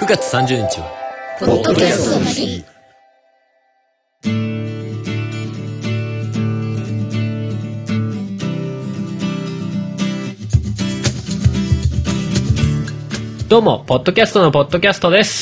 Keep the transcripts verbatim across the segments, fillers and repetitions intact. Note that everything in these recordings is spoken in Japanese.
くがつさんじゅうにちはポッドキャストの日。 どうもポッドキャストのポッドキャストです。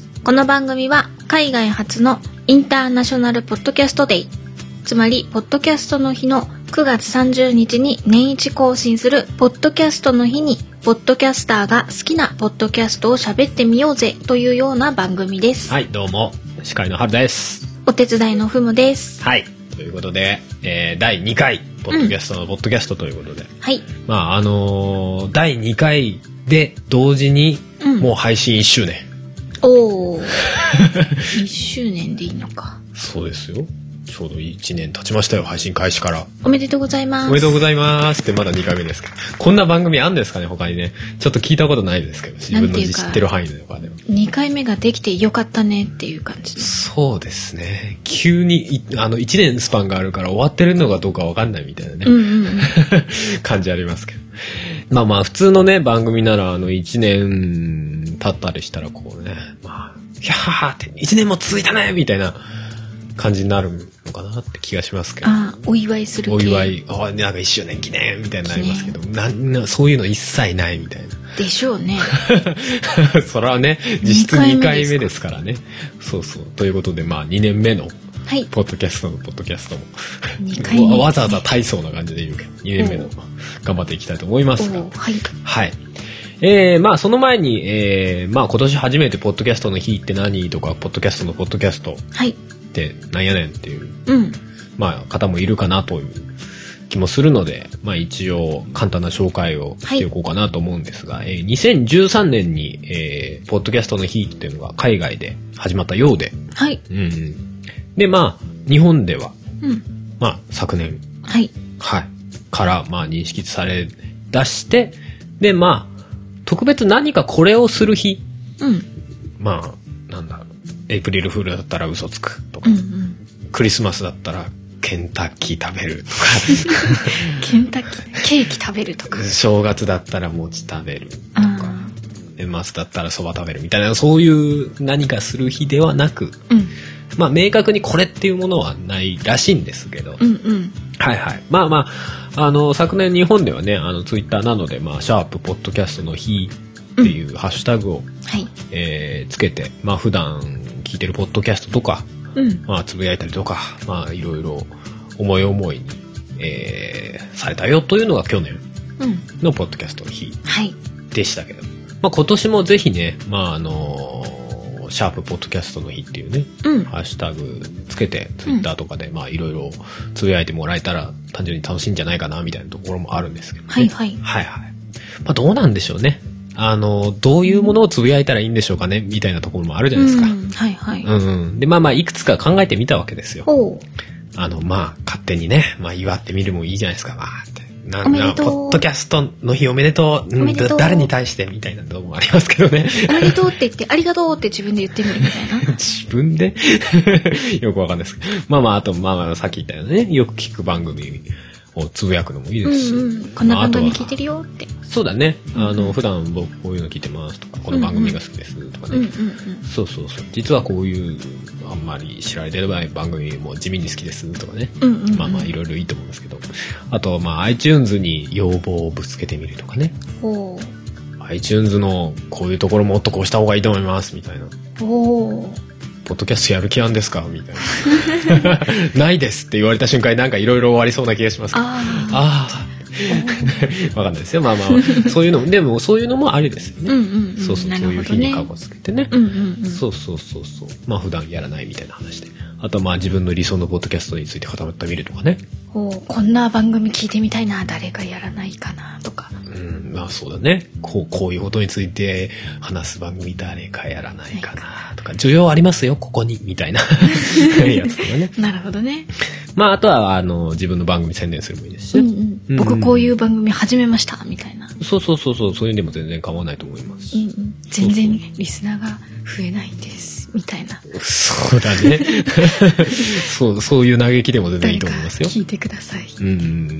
この番組は海外初のインターナショナルポッドキャストデイ、つまりポッドキャストの日のくがつさんじゅうにちに年一更新するポッドキャストの日に、ポッドキャスターが好きなポッドキャストを喋ってみようぜというような番組です。 はい、どうも司会の春です。 お手伝いのふむです。 はい、ということで、えー、だいにかいポッドキャストのポッドキャストということで、うん、 はい、 まああのー、だいにかいで同時にもう配信いっしゅうねん、うん、 おおいっしゅうねんでいいのか。 そうですよ、ちょうどいちねん経ちましたよ、配信開始から。 おめでとうございます。 おめでとうございますってまだにかいめですけど、こんな番組あんですかね他にね。ちょっと聞いたことないですけど、自分の知ってる範囲とかでもにかいめができてよかったねっていう感じです。 そうですね、急にあのいちねんスパンがあるから終わってるのかどうか分かんないみたいなね、 うんうんうん、 感じありますけど、まあまあ普通のね番組ならあのいちねん経ったりしたらこうね、まあヒャッハッハっていちねんも続いたねみたいな感じになるのかなって気がしますけど。 あ、お祝いする系。 お祝い、あ、なんかいっしゅうねん記念みたいになりますけど、ななそういうの一切ないみたいな。 でしょうね。 それはね、実質にかいめですからね。そうそう。ということで、まあにねんめのポッドキャストのポッドキャストも、 にかいめわざわざ大層な感じで言うけど、にねんめの頑張っていきたいと思いますが、 はい。 はい。えー、まあその前に、えー、まあ今年初めてポッドキャストの日って何とか、ポッドキャストのポッドキャスト。 はい。 ってなんやねんっていう、 うん、 まあ方もいるかなという気もするので、まあ一応簡単な紹介をしておこうかなと思うんですが、はい、えー、にせんじゅうさんねんに、えー、ポッドキャストの日っていうのが海外で始まったようで、 はい、 うんうん、でまあ日本では、 うん、 まあ昨年、 はいはい、からまあ認識され出して、でまあ特別何かこれをする日、 うん、 まあなんだろう、エイプリルフールだったら嘘つくとか、 うんうん、 クリスマスだったらケンタッキー食べるとかケンタッキーケーキ食べるとか、 正月だったら餅食べるとか、年末だったらそば食べるみたいな、そういう何かする日ではなく、 うん、 まあ明確にこれっていうものはないらしいんですけど、 うんうん、はいはい、まあまああの昨年日本ではね、あのツイッターなどで、まあ、シャープポッドキャストの日っていうハッシュタグを、 はい、 えー、つけて、まあ普段聞いてるポッドキャストとか、 うん、 まあつぶやいたりとか、まあいろいろ思い思いに、えー、されたよというのが去年のポッドキャストの日でしたけど、うん、まあ今年もぜひね、まああのー、シャープポッドキャストの日っていうね、うん、ハッシュタグつけてツイッターとかで、うん、まあいろいろつぶやいてもらえたら単純に楽しいんじゃないかなみたいなところもあるんですけどね。 はいはい。 はいはい。まあどうなんでしょうね。あのどういうものをつぶやいたらいいんでしょうかねみたいなところもあるじゃないですか、うん、 はいはい、 うんうん、でまあまあいくつか考えてみたわけですよ。あのまあ勝手にね、まあ、祝ってみるもいいじゃないですか。まあってなんなポッドキャストの日おめでとう、うん、誰に対してみたいなのもありますけどね。 おめでとうって言ってありがとうって自分で言ってみるみたいな。 自分でよくわかんないですけど、まあまああとまあまあさっき言ったよね、よく聞く番組をつぶやくのもいいですし、 うんうん、こんな番組聞いてるよって、まあ、 そうだね、あの、うん、普段僕こういうの聞いてますとか、この番組が好きですとかね、うんうんうん、そうそうそう、実はこういうあんまり知られてない番組も地味に好きですとかね、うんうんうん、まあまあいろいろいいと思うんですけど、あとまあ iTunes に要望をぶつけてみるとかね、 お iTunes のこういうところもっとこうした方がいいと思いますみたいな、 おポッドキャストやる気あんですかみたいなないですって言われた瞬間になんかいろいろ終わりそうな気がしますけど、ああわかんないですよ。まあまあそういうのもでもそういうのもありですよね。 うんうんうん、 そうそう、 ね、 そういう日にカゴつけてね、 うんうんうん、 そうそうそうそう、まあ普段やらないみたいな話で、あとまあ自分の理想のポッドキャストについて語ってみるとかね。 おこんな番組聞いてみたいな、誰かやらないかなとか。 うん、まあそうだね。こうこういうことについて話す番組誰かやらないかなとか、需要ありますよここにみたいなやつとかね。 なるほどね。 まああとはあの自分の番組宣伝するもいいですし、ね、 うんうん、僕こういう番組始めましたみたいな。 そうそうそうそう、そういうのでも全然構わないと思いますし、 うんうん、全然リスナーが増えないんですみたいな。 そうだね。そうそういう嘆きでも全然いいと思いますよ。 聞いてください。 うん。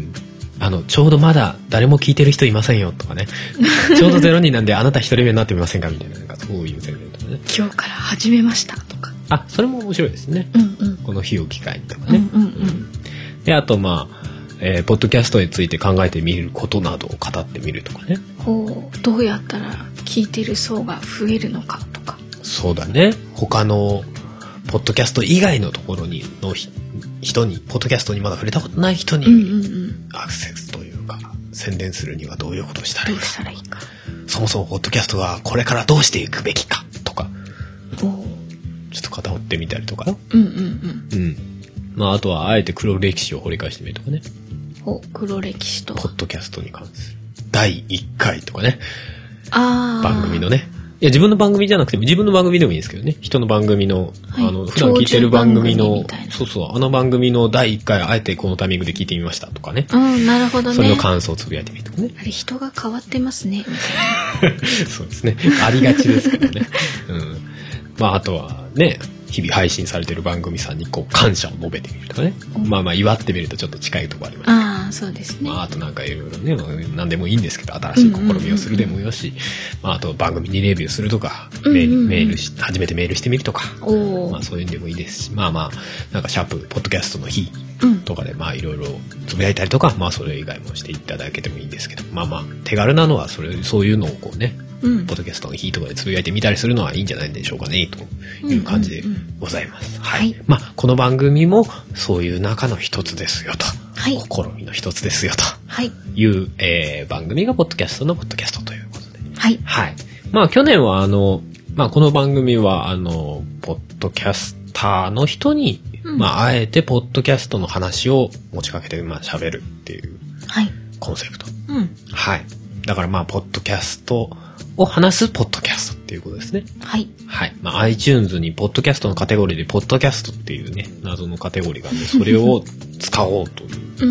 あのちょうどまだ誰も聞いてる人いませんよとかね。ちょうどゼロにんなんであなた一人目になってみませんかみたいな、なんかそういう宣伝とかね。 今日から始めましたとか。 あ、それも面白いですね。 うんうん、 この日を機会にとかね。 うんうんうん、 で、あとまあ、えー、ポッドキャストについて考えてみることなどを語ってみるとかね。 ほう、どうやったら聞いてる層が増えるのかとか。 そうだね。他のポッドキャスト以外のところにの人に、ポッドキャストにまだ触れたことない人にアクセスというか、宣伝するにはどういうことをしたらいいか。 どうしたらいいか。 そもそもポッドキャストはこれからどうしていくべきかとか。ちょっと肩掘ってみたりとか。 うんうんうん。 うん。まああとはあえて黒歴史を掘り返してみるとかね。 お、黒歴史と。 ポッドキャストに関するだいいっかいとかね。 ああ。 番組のね。いや自分の番組じゃなくても自分の番組でもいいんですけどね。人の番組の、はい、あの普段聞いてる番組のそうそうあの番組のだいいっかいあえてこのタイミングで聞いてみましたとかね。 うん、なるほどね。 それの感想をつぶやいてみるとかね。 あれ人が変わってますね。 そうですね。ありがちですけどね。うん。まああとはね。日々配信されてる番組さんにこう感謝を述べてみるとかね、まあまあ祝ってみるとちょっと近いところありますけど、 ああそうですね、 まあ、あとなんかいろいろね、まあ、何でもいいんですけど新しい試みをするでもよし、まあ、あと番組にレビューするとか、うんうんうん、メールし初めてメールしてみるとか、まあ、そういうんでもいいですし、まあまあなんかシャープポッドキャストの日とかでまあいろいろつぶやいたりとか、まあそれ以外もしていただけてもいいんですけど、まあまあ手軽なのはそれそういうのをこうね、うん、ポッドキャストの日とかでつぶやいてみたりするのはいいんじゃないでしょうかねという感じでございます。うんうんうん、はい、はい。まあこの番組もそういう中の一つですよと、はい、試みの一つですよという、はい、えー、番組がポッドキャストのポッドキャストということで、はい。はい。まあ去年はあのまあこの番組はあのポッドキャスターの人に、うん、まああえてポッドキャストの話を持ちかけてまあ喋るっていうコンセプト。はい。うん、はい。だからまあポッドキャストを話すポッドキャストっていうことですね。はい。はい。まあ iTunes にポッドキャストのカテゴリーでポッドキャストっていうね謎のカテゴリーがあってそれを使おうといううんうん、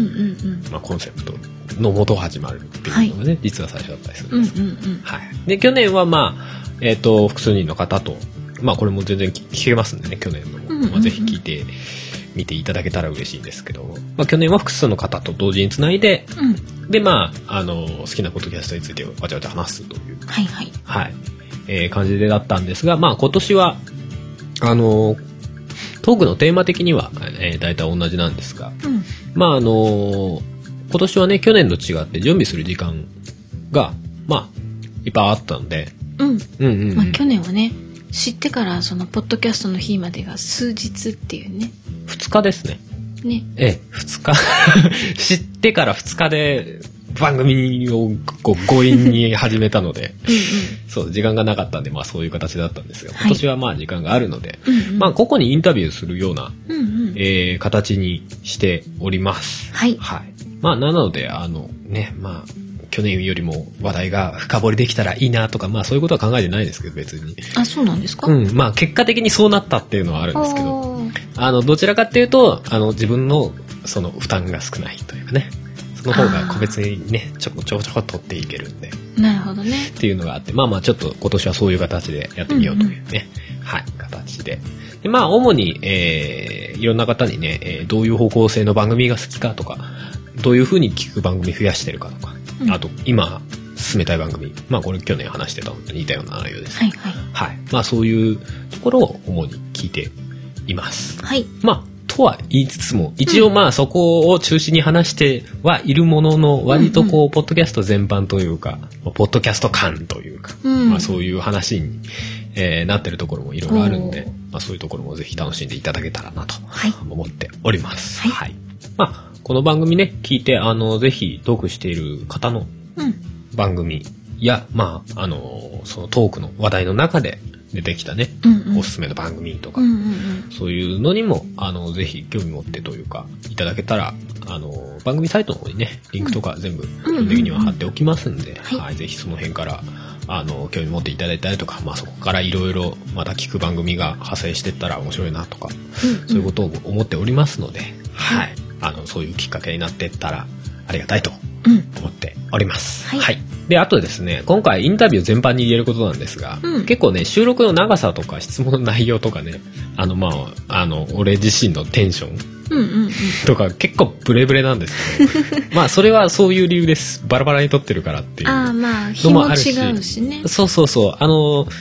うん、まあコンセプトのもと始まるっていうのがね、はい、実は最初だったりするんですけど、うんうんうん、はい。で去年はまあえっ、ー、と複数人の方とまあこれも全然聞けますんでね去年のも、うんうんうん、まあ、ぜひ聞いてみていただけたら嬉しいんですけど、まあ去年は複数の方と同時につないで、うん、でまああの好きなポッドキャストについてわちゃわちゃ話すというはいはいはい、えー、感じでだったんですが、まあ今年はあのトークのテーマ的には、えー、大体同じなんですが、うん、まああの今年はね去年と違って準備する時間がまあいっぱいあったので、うんうんうんうん、まあ去年はね知ってからそのポッドキャストの日までが数日っていうねふつかですね。ね。ええ、ふつか知ってからふつかで番組をこう強引に始めたのでうん、うん、そう時間がなかったんでまあそういう形だったんですが、はい、今年はまあ時間があるので、うんうん、まあ個々にインタビューするような、うんうんえー、形にしております。はい。はい。まあなのであのねまあ去年よりも話題が深掘りできたらいいなとかまあそういうことは考えてないですけど別に。あ、そうなんですか？うん、まあ結果的にそうなったっていうのはあるんですけど、あのどちらかっていうとあの自分のその負担が少ないというかね。その方が個別にねちょこちょこちょこ取っていけるんで。なるほどね。っていうのがあってまあまあちょっと今年はそういう形でやってみようというね、うんうん、はい形で。でまあ主に、えー、いろんな方にね、えー、どういう方向性の番組が好きかとかどういう風に聞く番組増やしてるかとか。うん、あと今進めたい番組まあこれ去年話してたのと似たような内容です、はいはいはい、まあそういうところを主に聞いています、はい、まあとは言いつつも一応まあそこを中心に話してはいるものの割とこう、うんうん、ポッドキャスト全般というかポッドキャスト感というか、うんまあ、そういう話に、えー、なってるところもいろいろあるんで、まあ、そういうところもぜひ楽しんでいただけたらなと思っております、はいはい、まあこの番組ね聞いてあのぜひトークしている方の番組や、うん、まああのそのトークの話題の中で出てきたね、うんうん、おすすめの番組とか、うんうんうん、そういうのにもあのぜひ興味持ってというかいただけたらあの番組サイトの方にねリンクとか全部基本的には貼っておきますんで、うんうんうんはい、ぜひその辺からあの興味持っていただいたりとか、まあ、そこからいろいろまた聞く番組が派生していったら面白いなとか、うんうん、そういうことを思っておりますので、はい、あのそういうきっかけになっていったらありがたいと思っております、うんはいはい、であとですね今回インタビュー全般に言えることなんですが、うん、結構ね収録の長さとか質問の内容とかねあのまああの俺自身のテンションうんうんうん、とか結構ブレブレなんですけどまあそれはそういう理由ですバラバラに撮ってるからっていうのもあるし、あまあ日も違うしねそうそうそうあの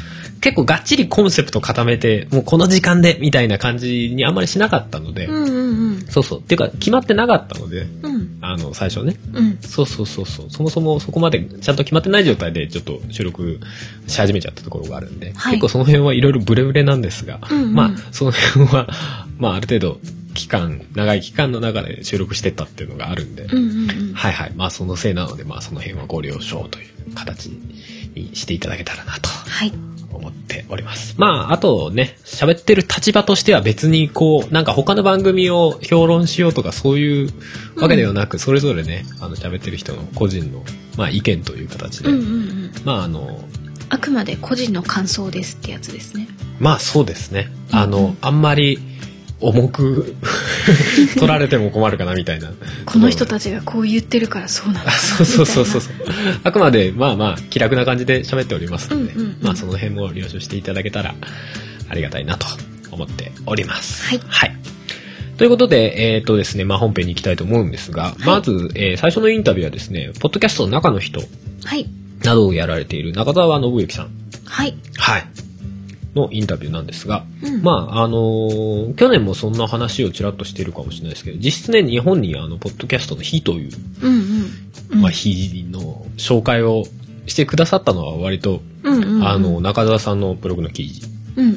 結構がっちりコンセプト固めて、もうこの時間でみたいな感じにあんまりしなかったので、 うんうんうん、 そうそう。っていうか決まってなかったので、 うん、 あの最初ね、 うん、 そうそうそうそう。そもそもそこまでちゃんと決まってない状態でちょっと収録し始めちゃったところがあるんで、はい、結構その辺はいろいろブレブレなんですが、うんうん、まあその辺はまあある程度期間長い期間の中で収録してったっていうのがあるんで、うんうんうん、はいはい。まあそのせいなので、まあその辺はご了承という形にしていただけたらなと。 はい。 思っております。まあ、あとね、喋ってる立場としては別にこう、なんか他の番組を評論しようとかそういうわけではなく、うん、それぞれね、あの喋ってる人の個人の、まあ、意見という形で、うんうんうん、まああの、 あくまで個人の感想ですってやつですね。 まあそうですね。あの、うんうん、あんまり重く取られても困るかなみたいな。 この人たちがこう言ってるからそうなんだ。 そうそうそうそう。あくまでまあまあ気楽な感じで喋っておりますので、うんうんうん、まあその辺も了承していただけたらありがたいなと思っております。 はい。 はい。ということで、えっとですね、まあ本編に行きたいと思うんですが、はい、まず、えー、最初のインタビューはですね、ポッドキャストの中の人などをやられている中澤信之さん。 はい。 はい。のインタビューなんですが、うん、まああのー、去年もそんな話をちらっとしているかもしれないですけど、実質ね日本にあのポッドキャストの日という、うんうんうん、まあ日の紹介をしてくださったのは割と、うんうんうん、あの中澤さんのブログの記事、うんうん、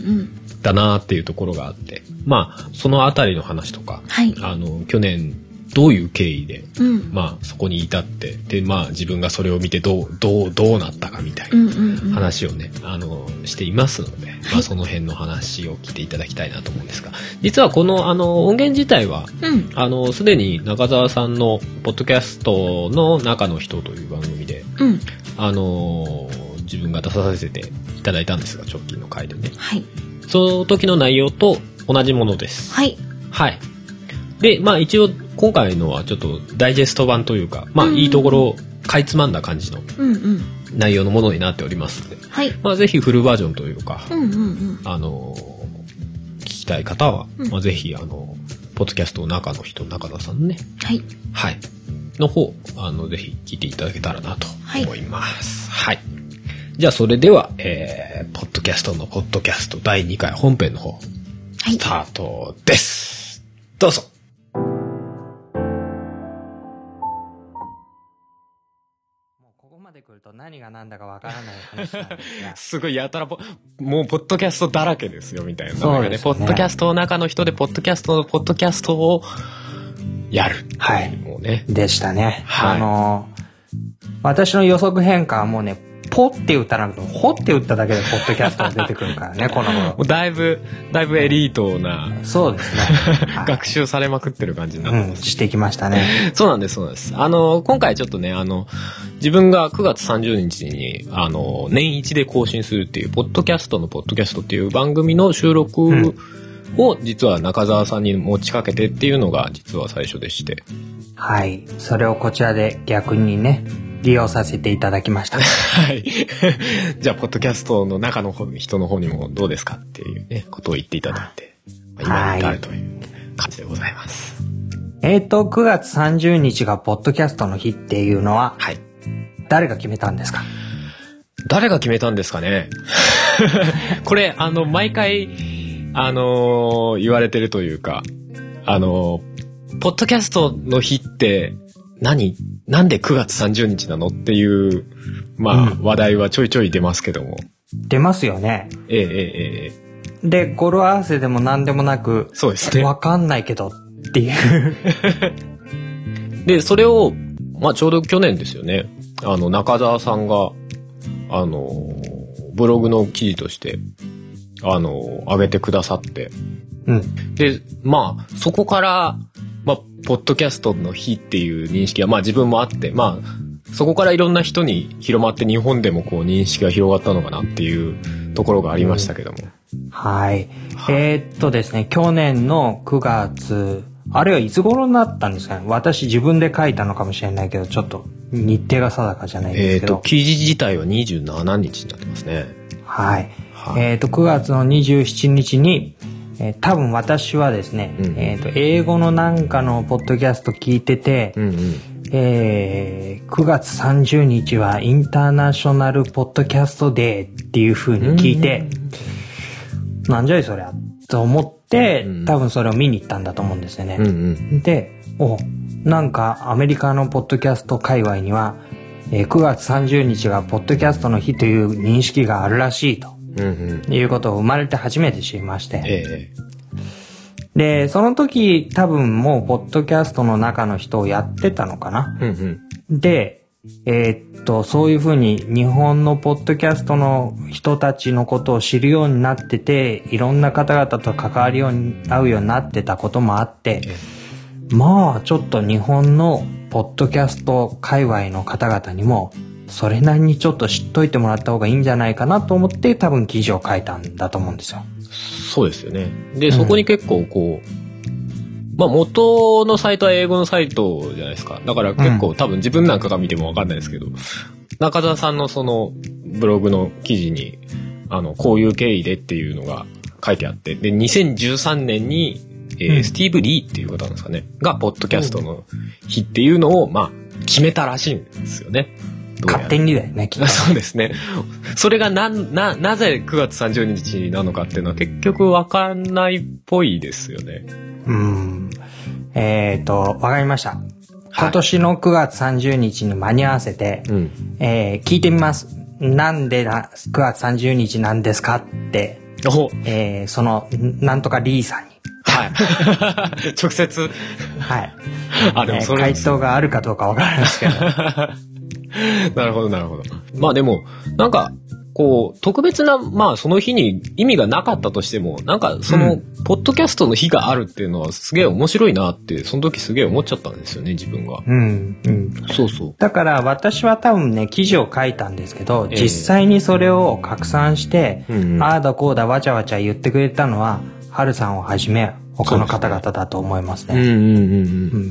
だなっていうところがあって、まあそのあたりの話とか、 はい、 あの去年どういう経緯で、 うん、 まあそこに至ってでまあ自分がそれを見てどうどうどうなったかみたいな話をね、うんうんうん、あのしていますので、はい、まあその辺の話を聞いていただきたいなと思うんですが、実はこのあの音源自体は、うん、あのすでに中澤さんのポッドキャストの中の人という番組で、うん、あの自分が出させていただいたんですが、直近の回でね、 はい、 その時の内容と同じものです。 はい、 はい。でまあ一応今回のはちょっとダイジェスト版というか、まあいいところをかいつまんだ感じの内容のものになっておりますので、 はい、 まあぜひフルバージョンというか、 うんうんうん、 あの聞きたい方は、うん、まあぜひあのポッドキャストの中の人、中田さんのね、 はい、 はい、の方あのぜひ聞いていただけたらなと思います。はい。はい、じゃあそれでは、えー、ポッドキャストのポッドキャストだいにかい本編の方、はい、スタートです。どうぞ。 何が何だかわからない話なんですがすごいやたらポもうポッドキャストだらけですよみたいな。そうですね。ポッドキャストの中の人でポッドキャストのポッドキャストをやる。 はい。 もうね。 でしたね。 はい、 あの私の予測変化はもうね、ポって打ったなくてほって打っただけでポッドキャストが出てくるからねこの頃。もうだいぶだいぶエリートな。 そうですね。 学習されまくってる感じになってます、 うん、してきましたね。 そうなんですそうなんです。あの今回ちょっとねあの自分がくがつさんじゅうにちにあの年一で更新するっていうポッドキャストのポッドキャストっていう番組の収録を実は中澤さんに持ちかけてっていうのが実は最初でして。 はい。それをこちらで逆にね。利用させていただきました。 はい。じゃあ、ポッドキャストの中の人の方にもどうですかっていうね、ことを言っていただいて、まあ、今に至るという感じでございます。 えっと、くがつさんじゅうにちがポッドキャストの日っていうのは、 はい。 誰が決めたんですか？ 誰が決めたんですかね。これ、あの、毎回、あのー、言われてるというか、あのー、ポッドキャストの日って、何なんでくがつさんじゅうにちなのっていう、まあ、うん、話題はちょいちょい出ますけども。 出ますよね。 ええええええ。で、語呂合わせでも何でもなく、 そうですね。 わかんないけどっていう。 で、それを、まあちょうど去年ですよね。あの、中澤さんが、あの、ブログの記事として、あの、上げてくださって。 うん。 で、まあ、そこから、まあ、ポッドキャストの日っていう認識は、まあ自分もあって、まあ、そこからいろんな人に広まって日本でもこう認識が広がったのかなっていうところがありましたけども。 うん、はい。えー、っとですね、去年のくがつ、あれはいつ頃になったんですかね。私自分で書いたのかもしれないけど、ちょっと日程が定かじゃないんですけど。 えー、っと、記事自体はにじゅうしちにちになってますね。 はい。はい、えー、っと、くがつのにじゅうしちにちに、えー、多分私はですね、うん、えーと、英語のなんかのポッドキャスト聞いてて、 うんうん、 えー、くがつさんじゅうにちはインターナショナルポッドキャストデーっていう風に聞いて、なんじゃいそりゃと思って、多分それを見に行ったんだと思うんですよね。うんうん、で、お、なんかアメリカのポッドキャスト界隈には、えー、くがつさんじゅうにちがポッドキャストの日という認識があるらしいと、うんうん、いうことを生まれて初めて知りまして、えー、でその時多分もうポッドキャストの中の人をやってたのかな、うんうん、で、えー、っとそういうふうに日本のポッドキャストの人たちのことを知るようになってて、いろんな方々と関わりように合うようになってたこともあって、えー、まあちょっと日本のポッドキャスト界隈の方々にもそれなりにちょっと知っといてもらった方がいいんじゃないかなと思って多分記事を書いたんだと思うんですよ。 そうですよね。で、そこに結構こう、うん、まあ元のサイトは英語のサイトじゃないですか。だから結構、うん、多分自分なんかが見てもわかんないですけど、中澤さんのそのブログの記事にあのこういう経緯でっていうのが書いてあって、でにせんじゅうさんねんにえーうん、スティーブ・リーっていう方なんですかねがポッドキャストの日っていうのをまあ決めたらしいんですよね。 勝手にだよね、きっと。 そうですね。それがなななぜくがつさんじゅうにちなのかっていうのは結局わかんないっぽいですよね。 うん。えっ、ー、とわかりました。今年のくがつさんじゅうにちに間に合わせて、はい、えー、聞いてみます。なんでなくがつさんじゅうにちなんですかって、えー、そのなんとかリーさんに。 はい。直接。 はい。あ、でもそれ、えー、回答があるかどうかわからないですけど。 なるほど、なるほど。まあでも、なんか、こう、特別な、まあその日に意味がなかったとしても、なんかその、ポッドキャストの日があるっていうのはすげえ面白いなって、その時すげえ思っちゃったんですよね、自分が。うん。うん。そうそう。 だから私は多分ね、記事を書いたんですけど、えー、実際にそれを拡散して、うんうん、ああだこうだわちゃわちゃ言ってくれたのは、はるさんをはじめ、他の方々だと思いますね。うんうんうんうん。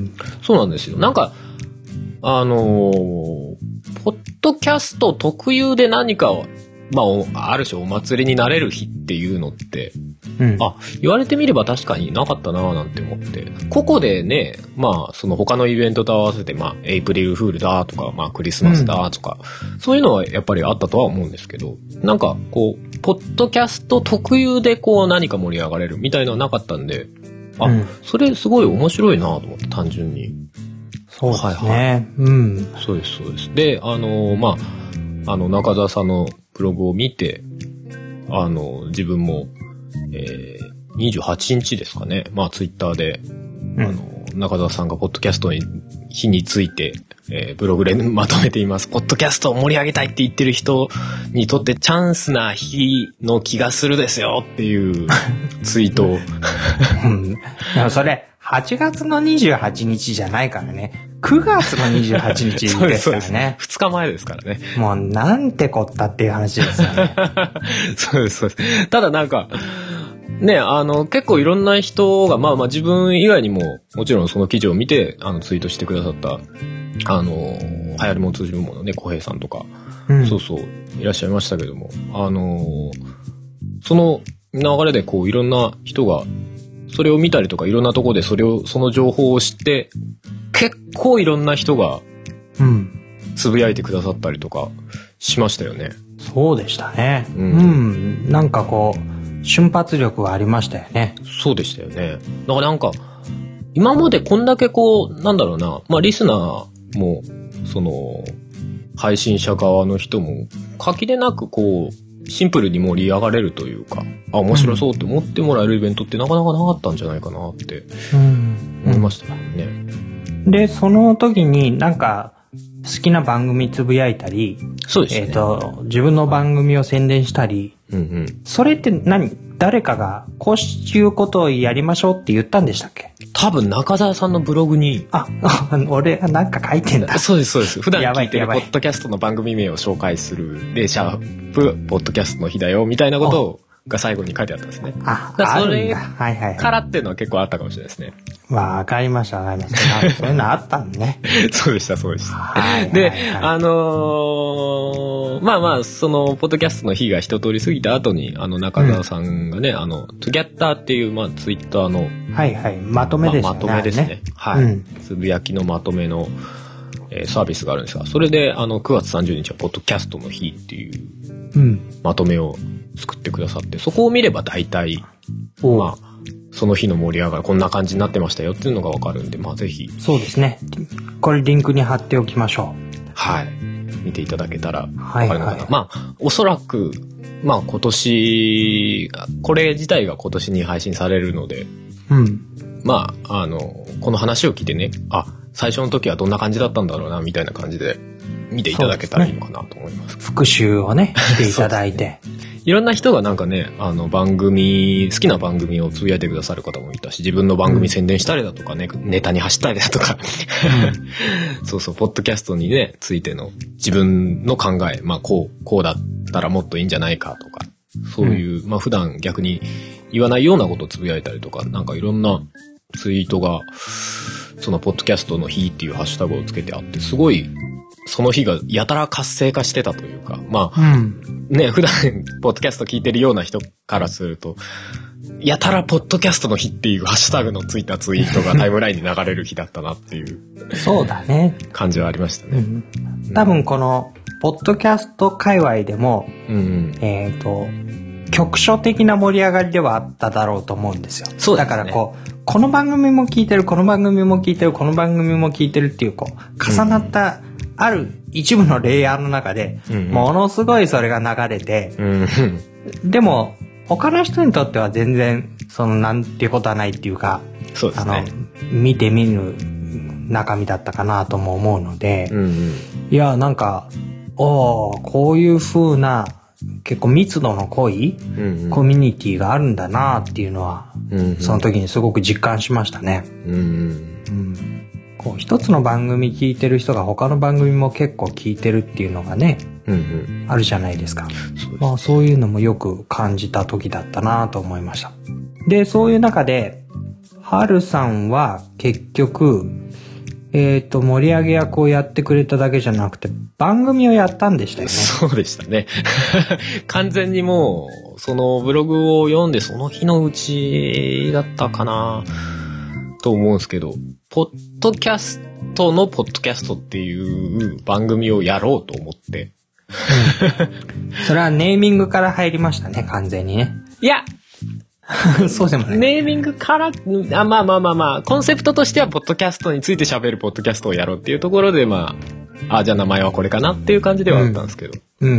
そうなんですよ。なんか、あのー、ポッドキャスト特有で何かを、まあ、ある種お祭りになれる日っていうのって、うん、あ、言われてみれば確かになかったなぁなんて思って、個々でね、まあ、その他のイベントと合わせて、まあ、エイプリルフールだとか、まあ、クリスマスだとか、うん、そういうのはやっぱりあったとは思うんですけど、なんか、こう、ポッドキャスト特有でこう何か盛り上がれるみたいなのはなかったんで、あ、うん、それすごい面白いなと思って、単純に。 そうですね。はいはい、うん。 そうです、そうです。で、あのー、まあ、あの、中澤さんのブログを見て、あの、自分も、えー、にじゅうはちにちですかね。まあ、ツイッターで、うん、あの、中澤さんがポッドキャストに日について、えー、ブログでまとめています。ポッドキャストを盛り上げたいって言ってる人にとってチャンスな日の気がするですよっていうツイートを。 うん、でもそれ、はちがつのにじゅうはちにちじゃないからね。くがつのにじゅうはちにちですからね。そうです、 ふつかまえですからね。 もうなんてこったっていう話ですよね。 そうです、そうです。ただなんか、ね、あの、結構いろんな人が、まあまあ自分以外にも、もちろんその記事を見て、あの、ツイートしてくださった、あの、流行りも通じるものね、小平さんとか、うん、そうそう、いらっしゃいましたけども、あの、その流れでこう、いろんな人が、それを見たりとか、いろんなところでそれを、その情報を知って、結構いろんな人が、うん、つぶやいてくださったりとか、しましたよね。 そうでしたね。うん。うん、なんかこう、瞬発力がありましたよね。 そうでしたよね。だからなんか、今までこんだけこう、なんだろうな、まあリスナーも、その、配信者側の人も、垣根なくこう、シンプルに盛り上がれるというか、あ、面白そうって思ってもらえるイベントってなかなかなかったんじゃないかなって思いましたよね。 うん、で、その時になんか好きな番組つぶやいたり、 そうですね。 えっと、自分の番組を宣伝したり、うんうん、それって何誰かがこういうことをやりましょうって言ったんでしたっけ？ 多分中澤さんのブログに。 あ、俺がなんか書いてんだ。 そうです、そうです。普段聞いてるポッドキャストの番組名を紹介する。で、シャープ、ポッドキャストの日だよ、みたいなことを、が最後に書いてあったんですね。 あ、だそれからっていうのは結構あったかもしれないですね。 わかりました、わかりました。そういうのあったんね。 そうでした、そうでした。はいはいはい、で、あのー、まあまあ、その、ポッドキャストの日が一通り過ぎた後に、あの、中澤さんがね、うん、あの、トゥギャッターっていう、まあ、ツイッターの、 はいはい、まとめですね。 ま、まとめですね。ねはい、うん。つぶやきのまとめの、 えー、サービスがあるんですが、それで、あの、くがつさんじゅうにちは、ポッドキャストの日っていう、うん、まとめを作ってくださって、そこを見れば大体、まあ、その日の盛り上がり、こんな感じになってましたよっていうのがわかるんで、まあ、ぜひ。 そうですね。これリンクに貼っておきましょう。はい。見ていただけたらわかるのかな。はいはい、まあ、おそらく、まあ、今年、これ自体が今年に配信されるので、うん。まあ、あの、この話を聞いてね、あ、最初の時はどんな感じだったんだろうな、みたいな感じで見ていただけたらいいのかなと思います。 すね、復習をね、していただいて。 いろんな人がなんかね、あの番組、好きな番組をつぶやいてくださる方もいたし、自分の番組宣伝したりだとかね、うん、ネタに走ったりだとか、うん、そうそう、ポッドキャストにね、ついての自分の考え、まあこう、こうだったらもっといいんじゃないかとか、そういう、うん、まあ普段逆に言わないようなことをつぶやいたりとか、なんかいろんなツイートが、そのポッドキャストの日っていうハッシュタグをつけてあって、すごい、その日がやたら活性化してたというか、まあ、うん、ね、普段ポッドキャスト聞いてるような人からすると、やたらポッドキャストの日っていうハッシュタグのついたツイートがタイムラインに流れる日だったなっていうそうだね感じはありましたね。 うん、多分このポッドキャスト界隈でも、うんうん、えっと局所的な盛り上がりではあっただろうと思うんですよ。 そうですね。 だからこうこの番組も聞いてる、この番組も聞いてる、この番組も聞いてるっていうこう重なった、うんある一部のレイヤーの中で、うんうん、ものすごいそれが流れて、うんうん、でも他の人にとっては全然そのなんていうことはないっていうか、 そうですね、あの見て見ぬ中身だったかなとも思うので、うんうん、いやなんかおーこういう風な結構密度の濃いコミュニティがあるんだなっていうのは、うんうん、その時にすごく実感しましたね。うんうんうんこう一つの番組聞いてる人が他の番組も結構聞いてるっていうのがね、うんうん、あるじゃないですか。そうまあそういうのもよく感じた時だったなと思いました。で、そういう中で、はるさんは結局、えっと、盛り上げ役をやってくれただけじゃなくて、番組をやったんでしたよね。 そうでしたね。完全にもう、そのブログを読んでその日のうちだったかなと思うんですけど、ポッドキャストのポッドキャストっていう番組をやろうと思って。 うん、それはネーミングから入りましたね、完全にね。 いやそうでもない。 ネーミングから、あ、まあまあまあまあ、コンセプトとしてはポッドキャストについて喋るポッドキャストをやろうっていうところで、まあ、あ、じゃあ名前はこれかなっていう感じではあったんですけど。うん。うん、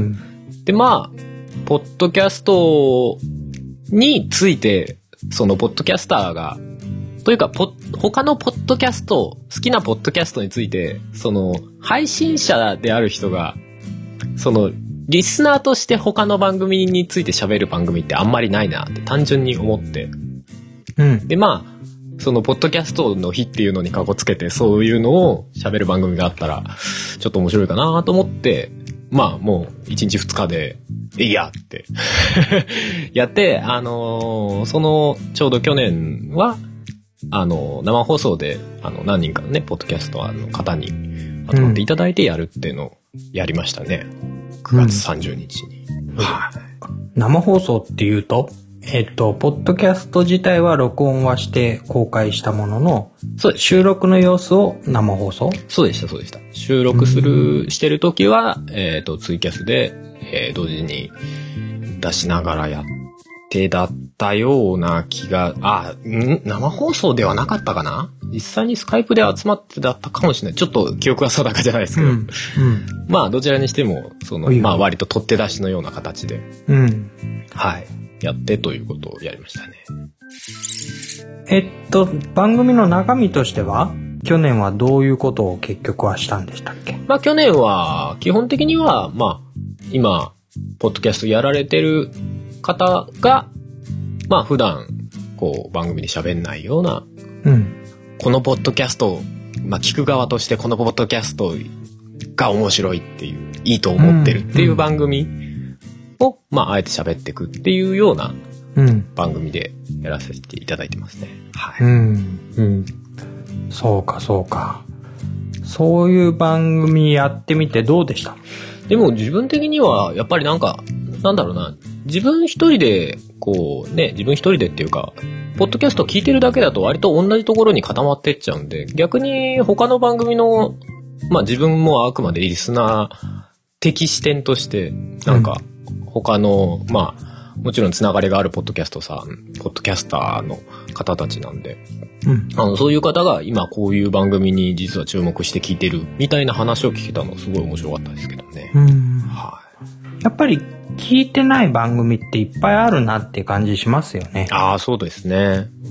で、まあ、ポッドキャストについて、そのポッドキャスターが、というかポ他のポッドキャスト好きなポッドキャストについてその配信者である人がそのリスナーとして他の番組について喋る番組ってあんまりないなって単純に思って、うん、でまあそのポッドキャストの日っていうのにかこつけてそういうのを喋る番組があったらちょっと面白いかなと思ってまあもういちにちふつかでいやってやってあのー、そのちょうど去年はあの、生放送で、あの、何人かのね、ポッドキャストの方に集まっていただいてやるっていうのをやりましたね。うん、くがつさんじゅうにちに。うん、はい。 生放送っていうと、えっと、ポッドキャスト自体は録音はして公開したものの、 そうです。 収録の様子を生放送？ そうでした、そうでした。収録する、うん、してるときは、えっと、ツイキャスで、えー、同時に出しながらやって、手だったような気が、あ、ん生放送ではなかったかな？実際にスカイプで集まってだったかもしれない。ちょっと記憶は定かじゃないですけど。うんうん、まあ、どちらにしても、その、まあ、割と取って出しのような形で、うん、はい、やってということをやりましたね。 えっと、番組の中身としては、去年はどういうことを結局はしたんでしたっけ？ まあ、去年は、基本的には、まあ、今、ポッドキャストやられてる方が、まあ普段、こう番組で喋んないような、うん、このポッドキャスト、まあ聞く側としてこのポッドキャストが面白いっていう、いいと思ってるっていう番組を、うん、まああえて喋っていくっていうような番組でやらせていただいてますね。はい。うん。 うん。そうかそうか。そういう番組やってみてどうでした？ でも自分的にはやっぱりなんか、なんだろうな、自分一人で、こうね、自分一人でっていうか、ポッドキャスト聞いてるだけだと割と同じところに固まってっちゃうんで、逆に他の番組のまあ自分もあくまでリスナー的視点として、なんか他の、うん、まあもちろんつながりがあるポッドキャストさん、ポッドキャスターの方たちなんで、うん、あのそういう方が今こういう番組に実は注目して聞いてるみたいな話を聞けたのすごい面白かったですけどね。うん、 はい。やっぱり聞いてない番組っていっぱいあるなっていう感じしますよね。 ああ、そうですね。うん、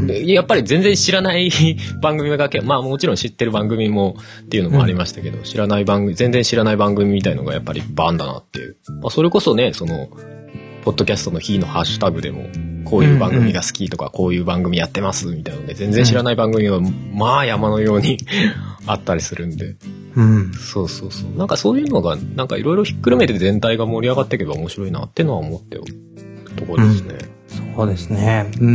やっぱり全然知らない番組がけ、まあもちろん知ってる番組もっていうのもありましたけど、うん、知らない番組、全然知らない番組みたいのがやっぱりいっぱいあんだなっていう。まあ、それこそね、その、ポッドキャストの日のハッシュタグでも、こういう番組が好きとか、うんうん、こういう番組やってますみたいなので、全然知らない番組が、まあ山のようにあったりするんで。うん、そうそうそう。なんかそういうのが、なんかいろいろひっくるめて全体が盛り上がっていけば面白いなってのは思ってるところですね、 うん。そうですね。うん。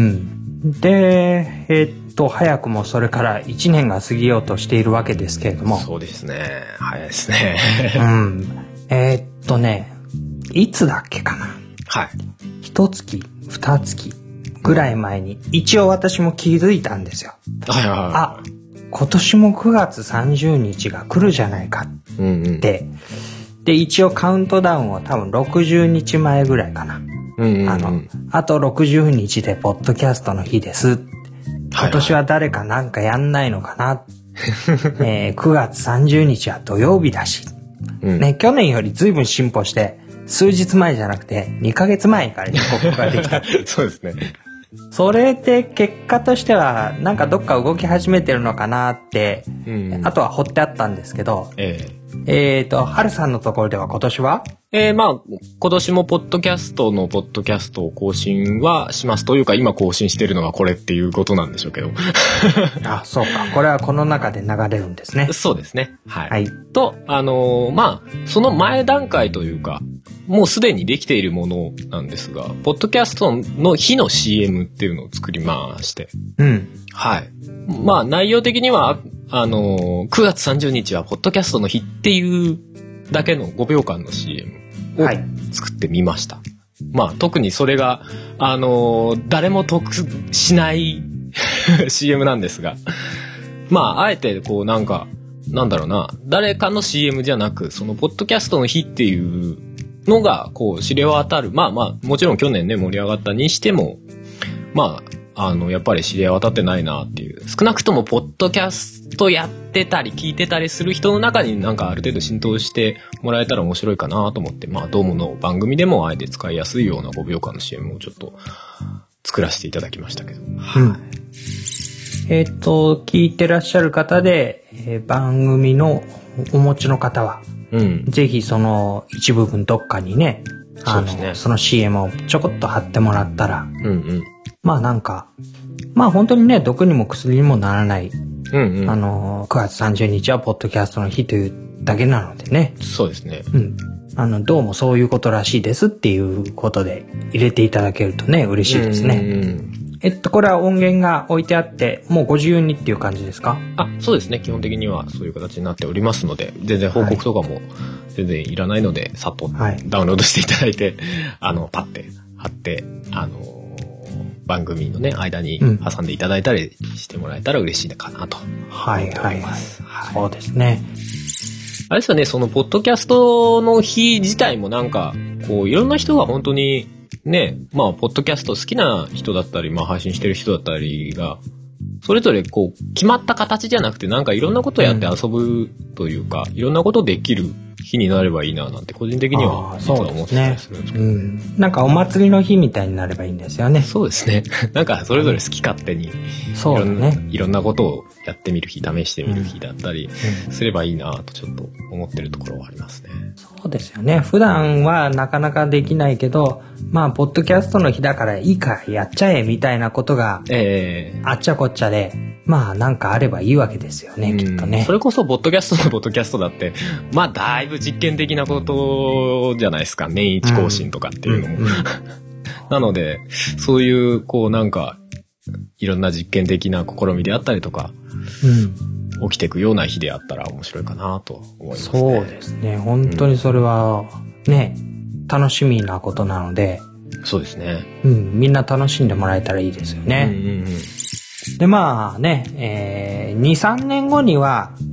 で、えー、っと、早くもそれからいちねんが過ぎようとしているわけですけれども。 そうですね。早いですね。 うん。えー、っとね、いつだっけかな。 はい。 一月、二月ぐらい前に、一応私も気づいたんですよ。 はいはいはい。 あ、今年もくがつさんじゅうにちが来るじゃないかって、うんうん、で一応カウントダウンは多分ろくじゅうにちまえぐらいかな、うんうんうん、あのあとろくじゅうにちでポッドキャストの日です、今年は誰かなんかやんないのかな、はいはいえー、くがつさんじゅうにちは土曜日だし、うんね、去年より随分進歩して数日前じゃなくてにかげつまえから予告ができたそうですね。 それで結果としてはなんかどっか動き始めてるのかなって、うんうん、あとは掘ってあったんですけど、えー、えーと、はるさんのところでは今年はえー、まあ、今年もポッドキャストのポッドキャストを更新はしますというか、今更新してるのがこれっていうことなんでしょうけど。 あ、そうか。これはこの中で流れるんですね。 そうですね。はい。はい、と、あのー、まあ、その前段階というか、もうすでにできているものなんですが、ポッドキャストの日の シーエム っていうのを作りまして。うん。はい。まあ、内容的には、あのー、くがつさんじゅうにちはポッドキャストの日っていうだけのごびょうかんの シーエム。を作ってみました。はい、まあ特にそれがあのー、誰も得しない シーエム なんですが、まああえてこうなんかなんだろうな、誰かの シーエム じゃなく、そのポッドキャストの日っていうのがこう知れ渡る。まあまあもちろん去年ね盛り上がったにしても、まああのやっぱり知れ渡ってないなっていう、少なくともポッドキャストやってたり聞いてたりする人の中になんかある程度浸透してもらえたら面白いかなと思って、まあドームの番組でもあえて使いやすいようなごびょうかんの シーエム をちょっと作らせていただきましたけど、うん、 はい。えっと聞いてらっしゃる方で、えー、番組のお持ちの方は、うん、ぜひその一部分どっかにね、あの そ, ねその シーエム をちょこっと貼ってもらったら、うんうん、まあなんかまあ本当にね毒にも薬にもならない、うんうん、あのくがつさんじゅうにちはポッドキャストの日というだけなのでね。 そうですね。 うん。あのどうもそういうことらしいですっていうことで入れていただけるとね嬉しいですね。うんうん、えっとこれは音源が置いてあってもうご自由にっていう感じですか？ あ、そうですね。基本的にはそういう形になっておりますので、全然報告とかも全然いらないので、さっとダウンロードしていただいて、はい、あのパッて貼ってあの番組のね間に挟んでいただいたりしてもらえたら嬉しいかなと思っております。はいはいはい。 そうですね。 あれですよね、そのポッドキャストの日自体もなんかこういろんな人が本当にね、まあポッドキャスト好きな人だったり、まあ配信してる人だったりがそれぞれこう決まった形じゃなくて、なんかいろんなことをやって遊ぶというか、うん、いろんなことできる日になればいいななんて個人的には実は思ってたりするんですけど、ね、うん、 なんかお祭りの日みたいになればいいんですよね。 そうですね。なんかそれぞれ好き勝手にいろんな、ね、いろんなことをやってみる日、試してみる日だったりすればいいなとちょっと思ってるところはありますね。 そうですよね。普段はなかなかできないけど、まあポッドキャストの日だからいいかやっちゃえみたいなことが、えー、あっちゃこっちゃで、まあなんかあればいいわけですよね、きっとね。 それこそポッドキャストのポッドキャストだってまあだいぶ実験的なことじゃないですか、年一更新とかっていうのも、うんうんうん、なのでそういうこうなんかいろんな実験的な試みであったりとか、うん、起きていくような日であったら面白いかなと思いますね。 そうですね、本当にそれはね、うん、楽しみなことなので、 そうですね、 うん、みんな楽しんでもらえたらいいですよね。うんうんうん。でまあね、えー、にさんねんごには、うん、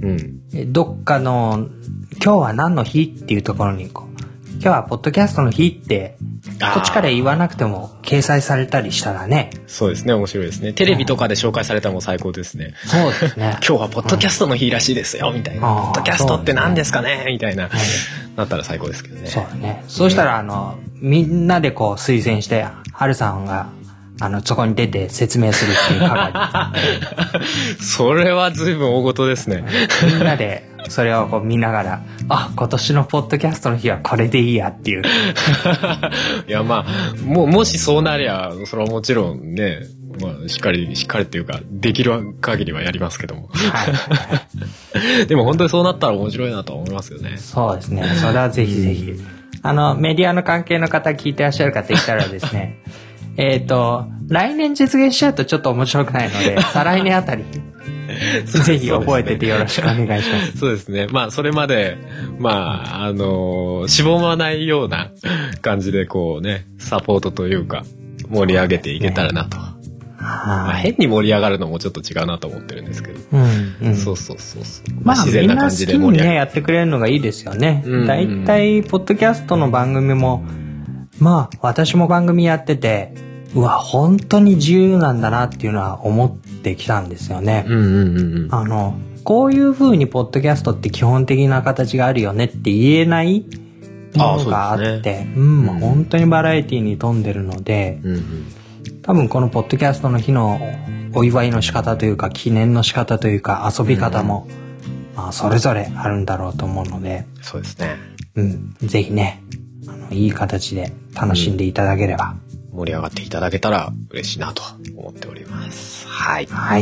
どっかの今日は何の日っていうところにこう今日はポッドキャストの日ってこっちから言わなくても掲載されたりしたらね。 そうですね、面白いですね。テレビとかで紹介されたらもう最高ですね。 そうですね。 今日はポッドキャストの日らしいですよみたいな、うん、ポッドキャストって何ですかねみたいな、はい、なったら最高ですけどね。 そうだね。そうしたらあのみんなでこう推薦してハルさんがあのそこに出て説明するっていう係。 それは随分大事ですね。 みんなでそれをこう見ながら、あ、今年のポッドキャストの日はこれでいいやっていう。 いやまあ も, もしそうなりゃそれはもちろんね、まあ、しっかりしっかりっていうかできる限りはやりますけども。はい、でも本当にそうなったら面白いなと思いますよね。 そうですね。それはぜひぜひ。あのメディアの関係の方聞いてらっしゃる方いたらですね。えっと来年実現しちゃうとちょっと面白くないので、再来年あたり。ぜひ覚えててよろしくお願いします。 そうですね。まあそれまでまああのしぼまないような感じでこうねサポートというか盛り上げていけたらなと。ね、まあ、変に盛り上がるのもちょっと違うなと思ってるんですけど。 うんうん、 そうそうそうそう。 まあ自然な感じで盛り上げて、みんな好きにねやってくれるのがいいですよね。だいたいポッドキャストの番組もまあ私も番組やってて。うわ本当に自由なんだなっていうのは思ってきたんですよね。 うんうんうんうん、 あのこういう風にポッドキャストって基本的な形があるよねって言えないものがあって、ああ、ね、うん、うん、本当にバラエティに富んでるので、うんうん、多分このポッドキャストの日のお祝いの仕方というか記念の仕方というか遊び方も、うんまあ、それぞれあるんだろうと思うので、 そうですね。 うん、ぜひねあのいい形で楽しんでいただければ。うん盛り上がっていただけたら嬉しいなと思っております。はい。 はい。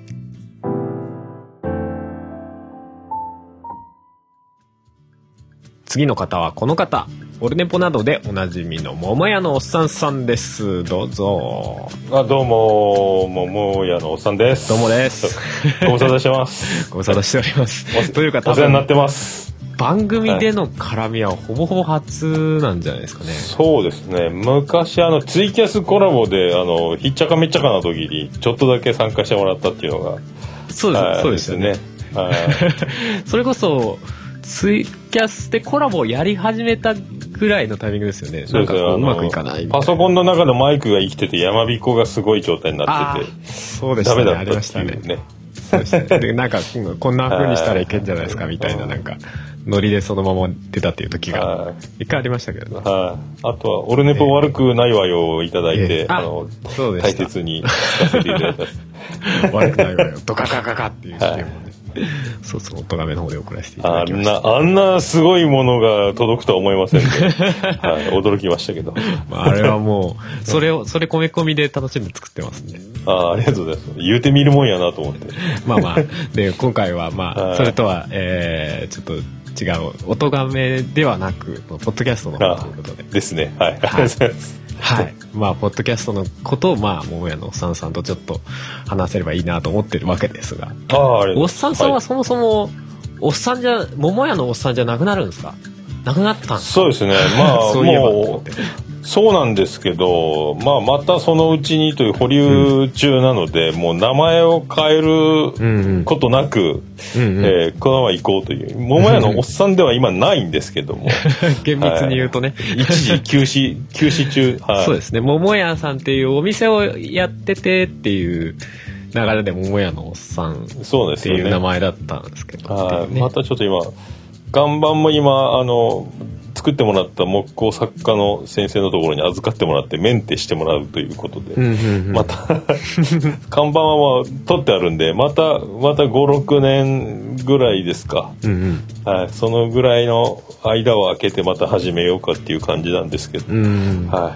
次の方はこの方、オルネポなどでおなじみの桃屋のおっさんさんです。どうぞ。 あ、どうも桃屋のおっさんです。 どうもです。 ご無沙汰してます。 ご無沙汰しております。というか多分お世話になってます。 番組での絡みはほぼほぼ初なんじゃないですかね。 そうですね。昔あのツイキャスコラボであのひっちゃかめっちゃかな時にちょっとだけ参加してもらったっていうのがそうですそうですよね。それこそツイキャスでコラボをやり始めたぐらいのタイミングですよね。なんかこううまくいかないみたいな。 パソコンの中のマイクが生きてて山彦がすごい状態になってて、 そうでしたね。 ダメだったっていうね。 そうでしたね。でなんかこんな風にしたらいけんじゃないですかみたいななんか。ノリでそのまま出たっていう時が一回ありましたけどね。 はい。あとはオルネポ悪くないわよをいただいて、えー、あの大切に聞かせていただいた。 悪くないわよ。ドカカカカっていう シーエム をね。そうそう音がめの方で送らせていただきました。 あんなあんなすごいものが届くとは思いませんで、はい、驚きましたけど。 あれはもうそれをそれ込み込みで楽しんで作ってますんで。 あありがとうございます。言うてみるもんやなと思って。 まあまあで今回はまあそれとは、えー、ちょっと。違う音がめではなくポッドキャストの方ということでですね。はい、はい、 はい、まあポッドキャストのことをまあ桃屋のおっさんさんとちょっと話せればいいなと思ってるわけですが、 ああおっさんさんはそもそも、はい、おっさんじゃ桃屋のおっさんじゃなくなるんですか？なくなったんですか？ そうですね。まあそういえばもうそうなんですけど、まあ、またそのうちにという保留中なので、うん、もう名前を変えることなく、うんうんえー、このまま行こうという桃屋のおっさんでは今ないんですけども厳密に言うとね、 はい、一時休止休止中、 はい、そうですね。桃屋さんっていうお店をやっててっていう流れで桃屋のおっさんっていう名前だったんですけど、 ね、またちょっと今岩盤も今あの作ってもらった木工作家の先生のところに預かってもらってメンテしてもらうということで、うんうんうん、また看板は取ってあるんでまたまたごろくねんぐらいですか、うんうんはい、そのぐらいの間を空けてまた始めようかっていう感じなんですけど、うんうんはい、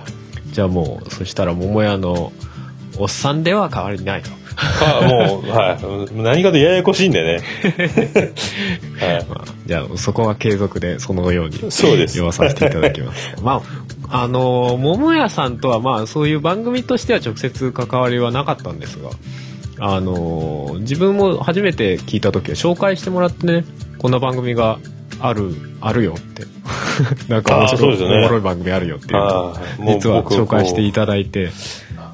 じゃあもうそしたら桃屋のおっさんでは変わりないとかもう、はい、何かとややこしいんでね、 はいまあ、じゃあそこは継続でそのようにそうです言わさせていただきますまああの桃屋さんとはまあそういう番組としては直接関わりはなかったんですが、あの自分も初めて聞いた時は紹介してもらってね、こんな番組があるあるよってなんか面白い、ね、おもろい番組あるよっていうのを実は紹介していただいて、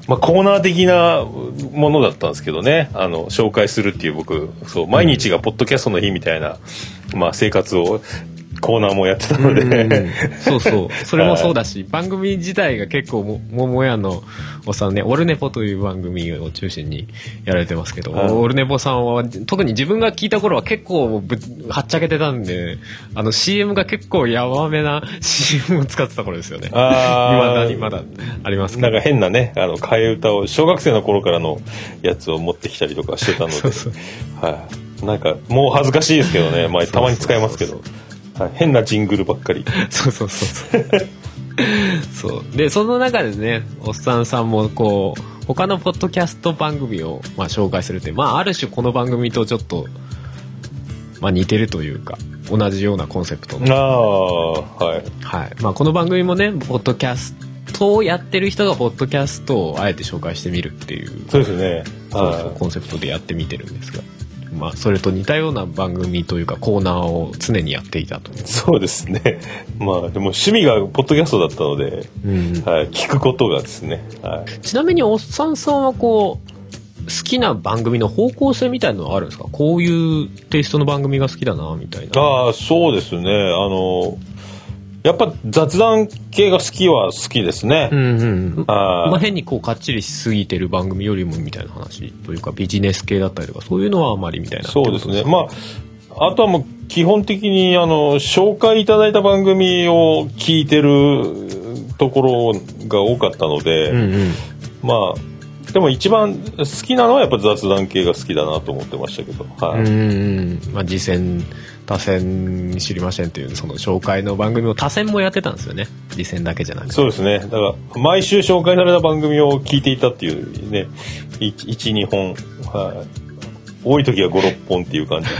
まあ、コーナー的なものだったんですけどね、あの紹介するっていう僕そう毎日がポッドキャストの日みたいな、まあ、生活をコーナーもやってたので、うんうん、 そうそうそれもそうだし番組自体が結構も桃屋のおっさんねオルネポという番組を中心にやられてますけど、オルネポさんは特に自分が聞いた頃は結構ぶはっちゃけてたんであの シーエム が結構やばめな シーエム を使ってた頃ですよね。今だにまだありますけどなんか変なねあの替え歌を小学生の頃からのやつを持ってきたりとかしてたのでそうそう、はい、なんかもう恥ずかしいですけどね、まあ、たまに使いますけどはい、変なジングルばっかりそうそうそうそうそうでその中でねおっさんさんもこう他のポッドキャスト番組を、まあ、紹介するって、まあ、ある種この番組とちょっと、まあ、似てるというか同じようなコンセプトのあ、はいはいまあ、この番組もねポッドキャストをやってる人がポッドキャストをあえて紹介してみるっていうそうですね、 そうそうコンセプトでやってみてるんですがまあ、それと似たような番組というかコーナーを常にやっていたと。 そうですね。まあでも趣味がポッドキャストだったので、うんはい、聞くことがですね、はい、 ちなみにおっさんさんはこう好きな番組の方向性みたいなのはあるんですか？こういうテイストの番組が好きだなみたいな。 ああそうですね。あのやっぱ雑談系が好きは好きですね。うんうん、あまあ、変にこうかっちりしすぎてる番組よりもみたいな話というかビジネス系だったりとかそういうのはあまりみたいな。 そうですね。まああとはもう基本的にあの紹介いただいた番組を聞いてるところが多かったので、うんうん、まあでも一番好きなのはやっぱ雑談系が好きだなと思ってましたけど、はい、 うんまあ次戦多戦知りませんというその紹介の番組を多戦もやってたんですよね。次戦だけじゃなくて。 そうですね。だから毎週紹介された番組を聞いていたっていうね いち,に 本、はい、多い時はご、ろっぽんっていう感じ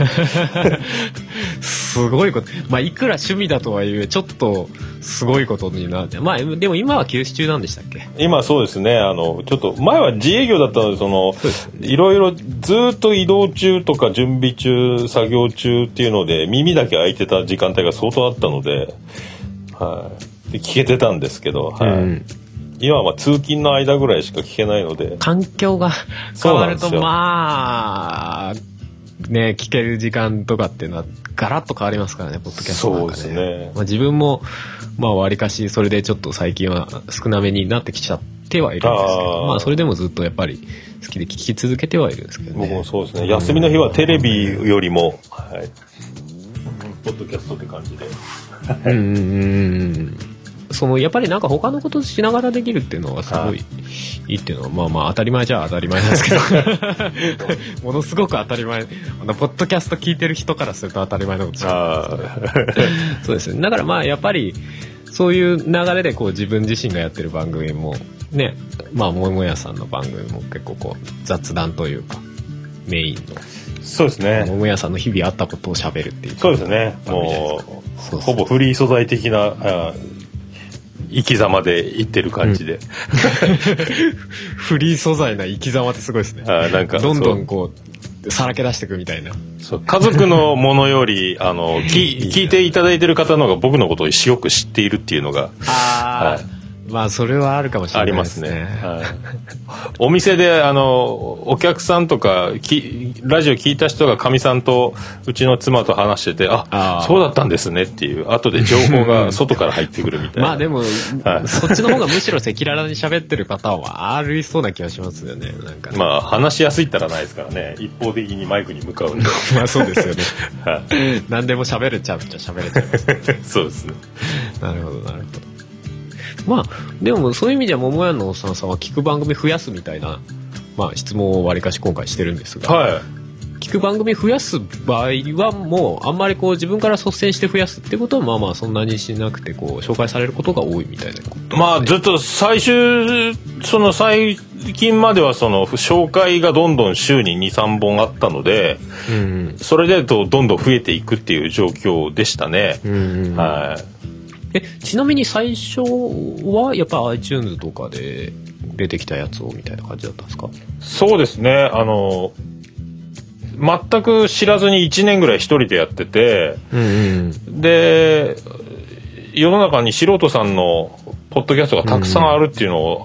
すごいこと、まあいくら趣味だとはいえちょっとすごいことになって、まあでも今は休止中なんでしたっけ？ 今そうですね。あのちょっと前は自営業だったのでそのいろいろずっと移動中とか準備中作業中っていうので耳だけ開いてた時間帯が相当あったので、はい、で聞けてたんですけど、はい、うん、今は通勤の間ぐらいしか聞けないので環境が変わるとまあね聞ける時間とかっていうのはガラッと変わりますからねポッドキャストなんかね。そうですね。まあ、自分もまあわりかしそれでちょっと最近は少なめになってきちゃってはいるんですけど、まあそれでもずっとやっぱり好きで聞き続けてはいるんですけどね。 僕もそうですね。休みの日はテレビよりも、はい、ポッドキャストって感じで。うんうんうんそのやっぱりなんか他のことしながらできるっていうのはすごいいいっていうのはまあまあ当たり前じゃ当たり前なんですけどものすごく当たり前あのポッドキャスト聞いてる人からすると当たり前のことそうですね。だからまあやっぱりそういう流れでこう自分自身がやってる番組もねまあももやさんの番組も結構こう雑談というかメインのそうですね。 ももやさんの日々あったことを喋るっていう。 そうですね。もうそうそうほぼフリー素材的なあ生き様で言ってる感じで、うん、 フリー素材な生き様ってすごいですね。あなんかどんどんこうさらけ出していくみたいな。 そう家族のものよりあのき聞いていただいてる方の方が僕のことをよく知っているっていうのがあ、はいまあそれはあるかもしれないですね。 ありますね。はい、お店であのお客さんとかきラジオ聞いた人がかみさんとうちの妻と話しててああそうだったんですねっていう後で情報が外から入ってくるみたいな。 まあでも、はい、そっちの方がむしろ赤裸々に喋ってる方はありそうな気がしますよね。なんかねまあ話しやすいったらないですからね。一方的にマイクに向かうんでまあそうですよね。はい、何でも喋れちゃうっちゃ喋れちゃいます、ね、 そうですね。 なるほどなるほど。まあでもそういう意味では桃屋のおっさんさんは聞く番組増やすみたいな、まあ、質問をわりかし今回してるんですが、はい、聞く番組増やす場合はもうあんまりこう自分から率先して増やすってことはまあまあそんなにしなくてこう紹介されることが多いみたいなこと、ね、 まあずっと最終その最近まではその紹介がどんどん週に にさんぼんあったので、うんうん、それでとどんどん増えていくっていう状況でしたね、うんうん、はいえちなみに最初はやっぱ iTunes とかで出てきたやつをみたいな感じだったんですか？ そうですね。あの全く知らずにいちねんぐらい一人でやってて、うんうん、で世の中に素人さんのポッドキャストがたくさんあるっていうのを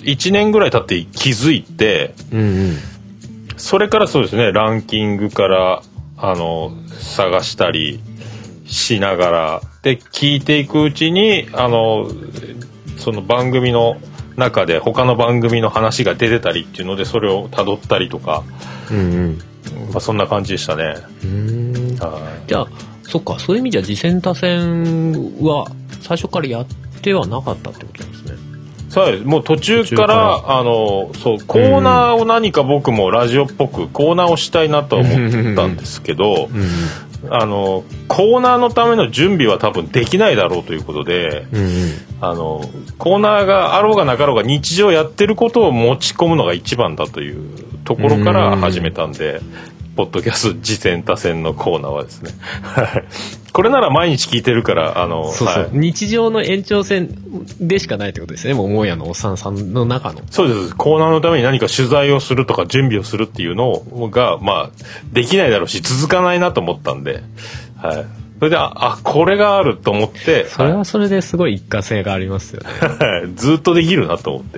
いちねんぐらい経って気づいて、うんうん、それからそうですね、ランキングからあの探したりしながらで聞いていくうちに、あのその番組の中で他の番組の話が出てたりっていうので、それを辿ったりとか、うんうんまあ、そんな感じでしたね。うーんじゃあそっか、そういう意味じゃ次戦他戦は最初からやってはなかったってことなんですね。 そうもう途中からあのそうコーナーを何か僕もラジオっぽくコーナーをしたいなとは思ったんですけど、うんあのコーナーのための準備は多分できないだろうということで、うんうん、あのコーナーがあろうがなかろうが日常やってることを持ち込むのが一番だというところから始めたんで、うんポッドキャスト次戦他戦のコーナーはですねこれなら毎日聞いてるからあのそうそう、はい、日常の延長線でしかないってことですね。もうもやのおっさんさんの中のそうです。コーナーのために何か取材をするとか準備をするっていうのがまあできないだろうし続かないなと思ったんで、はい、それで あ, あこれがあると思ってそれはそれですごい一過性がありますよねずっとできるなと思って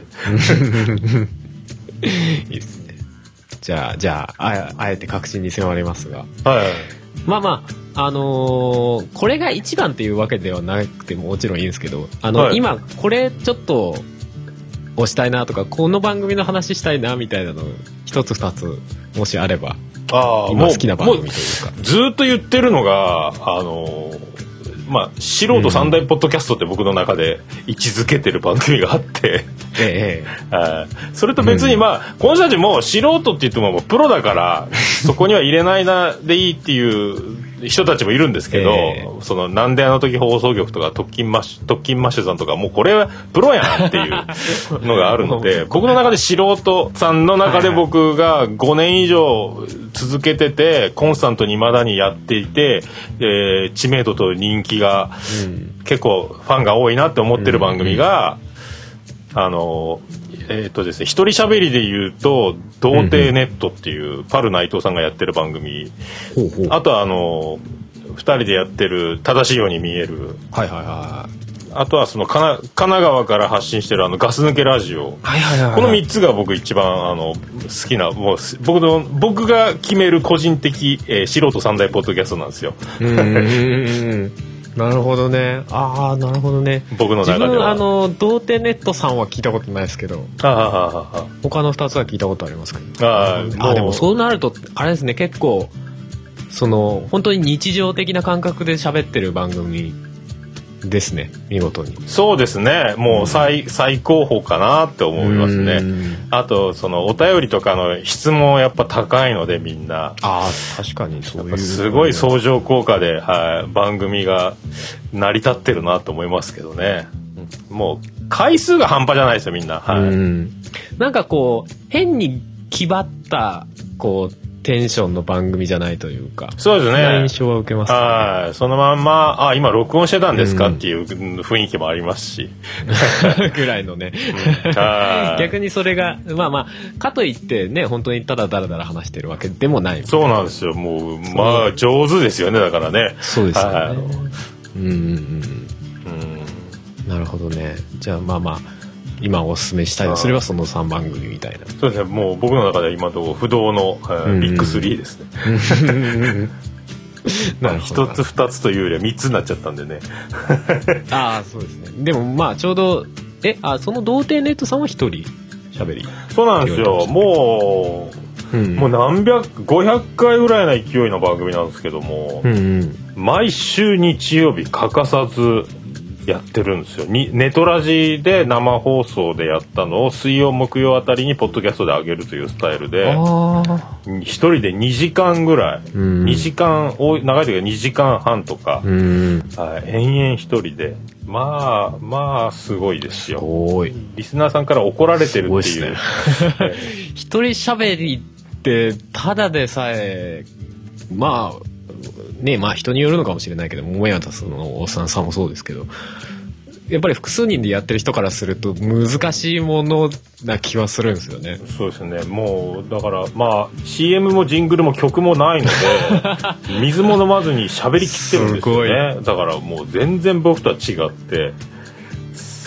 いいですね。じゃあじゃあ あ, あえて確信に迫りますが、はい、まあまああのー、これが一番っていうわけではなくてももちろんいいんですけど、あの、はい、今これちょっと押したいなとかこの番組の話したいなみたいなの一つ二つもしあれば、あ今好きな番組というかずっと言ってるのがあのーまあ、素人三大ポッドキャストって僕の中で位置づけてる番組があって、ええ、それと別に、まあ、この人たちも素人って言ってももうプロだからそこには入れないなでいいっていう人たちもいるんですけど、えー、そのなんであの時放送局とか特勤マッシュ特勤マッシュさんとかもうこれはプロやんっていうのがあるので僕の中で素人さんの中で僕がごねん以上続けててコンスタントに未だにやっていて、えー、知名度と人気が結構ファンが多いなって思ってる番組が、うん、あのえーとですね、一人喋りで言うと童貞ネットっていうパル内藤さんがやってる番組、うん、あとはあのふたりでやってる正しいように見える、はいはいはい、あとはそのかな神奈川から発信してるあのガス抜けラジオ、はいはいはいはい、このみっつが僕一番あの好きなもう僕の僕が決める個人的、えー、素人三大ポッドキャストなんですよ。うんなるほどね。ああなるほどね。 僕の中では自分あの童貞ネットさんは聞いたことないですけど、ああ他のふたつは聞いたことありますかね。ああでもそうなるとあれですね、結構その本当に日常的な感覚で喋ってる番組ですね。見事にそうですね。もう 最,、うん、最高峰かなって思いますね。あとそのお便りとかの質もやっぱ高いのでみんなあ確かにそういうすごい相乗効果で、はい、番組が成り立ってるなと思いますけどね。もう回数が半端じゃないですよみんな、はい、うんなんかこう変に気張ったこうテンションの番組じゃないというかそうですね印象は受けますね。 はいそのまんまあ今録音してたんですか、うん、っていう雰囲気もありますしぐらいのね、うん、逆にそれがまあまあかといってね本当にただだらだら話してるわけでもないそうなんですよ。もうまあ上手ですよねだからね。 そうですよね、はい、うんうんうんなるほどね。じゃあまあまあ今おすすめしたいとすればそのさんばん組みたいな。 そうですね。もう僕の中では今のところ不動の、うんうん、ビッグスリーですね。一つ二つというよりは三つになっちゃったんでね。 ああそうですね。でもまあちょうどえあその童貞ネットさんは一人喋り。 そうなんですよ。もう、うん、もう何百ごひゃっかいぐらいの勢いの番組なんですけども、うんうん、毎週日曜日欠かさずやってるんですよ。にネトラジで生放送でやったのを水曜木曜あたりにポッドキャストで上げるというスタイルで一人でにじかんぐらい、うん、にじかん長い時はにじかんはんとか、うん、はい、延々一人でまあまあすごいですよ。すごいリスナーさんから怒られてるっていう、ね、 一人喋りってただでさえまあねまあ人によるのかもしれないけど桃屋そのおっさんさんもそうですけどやっぱり複数人でやってる人からすると難しいものな気はするんですよね。 そうですね。もうだからまあ シーエム もジングルも曲もないので水も飲まずに喋りきってるんですよね。だからもう全然僕とは違って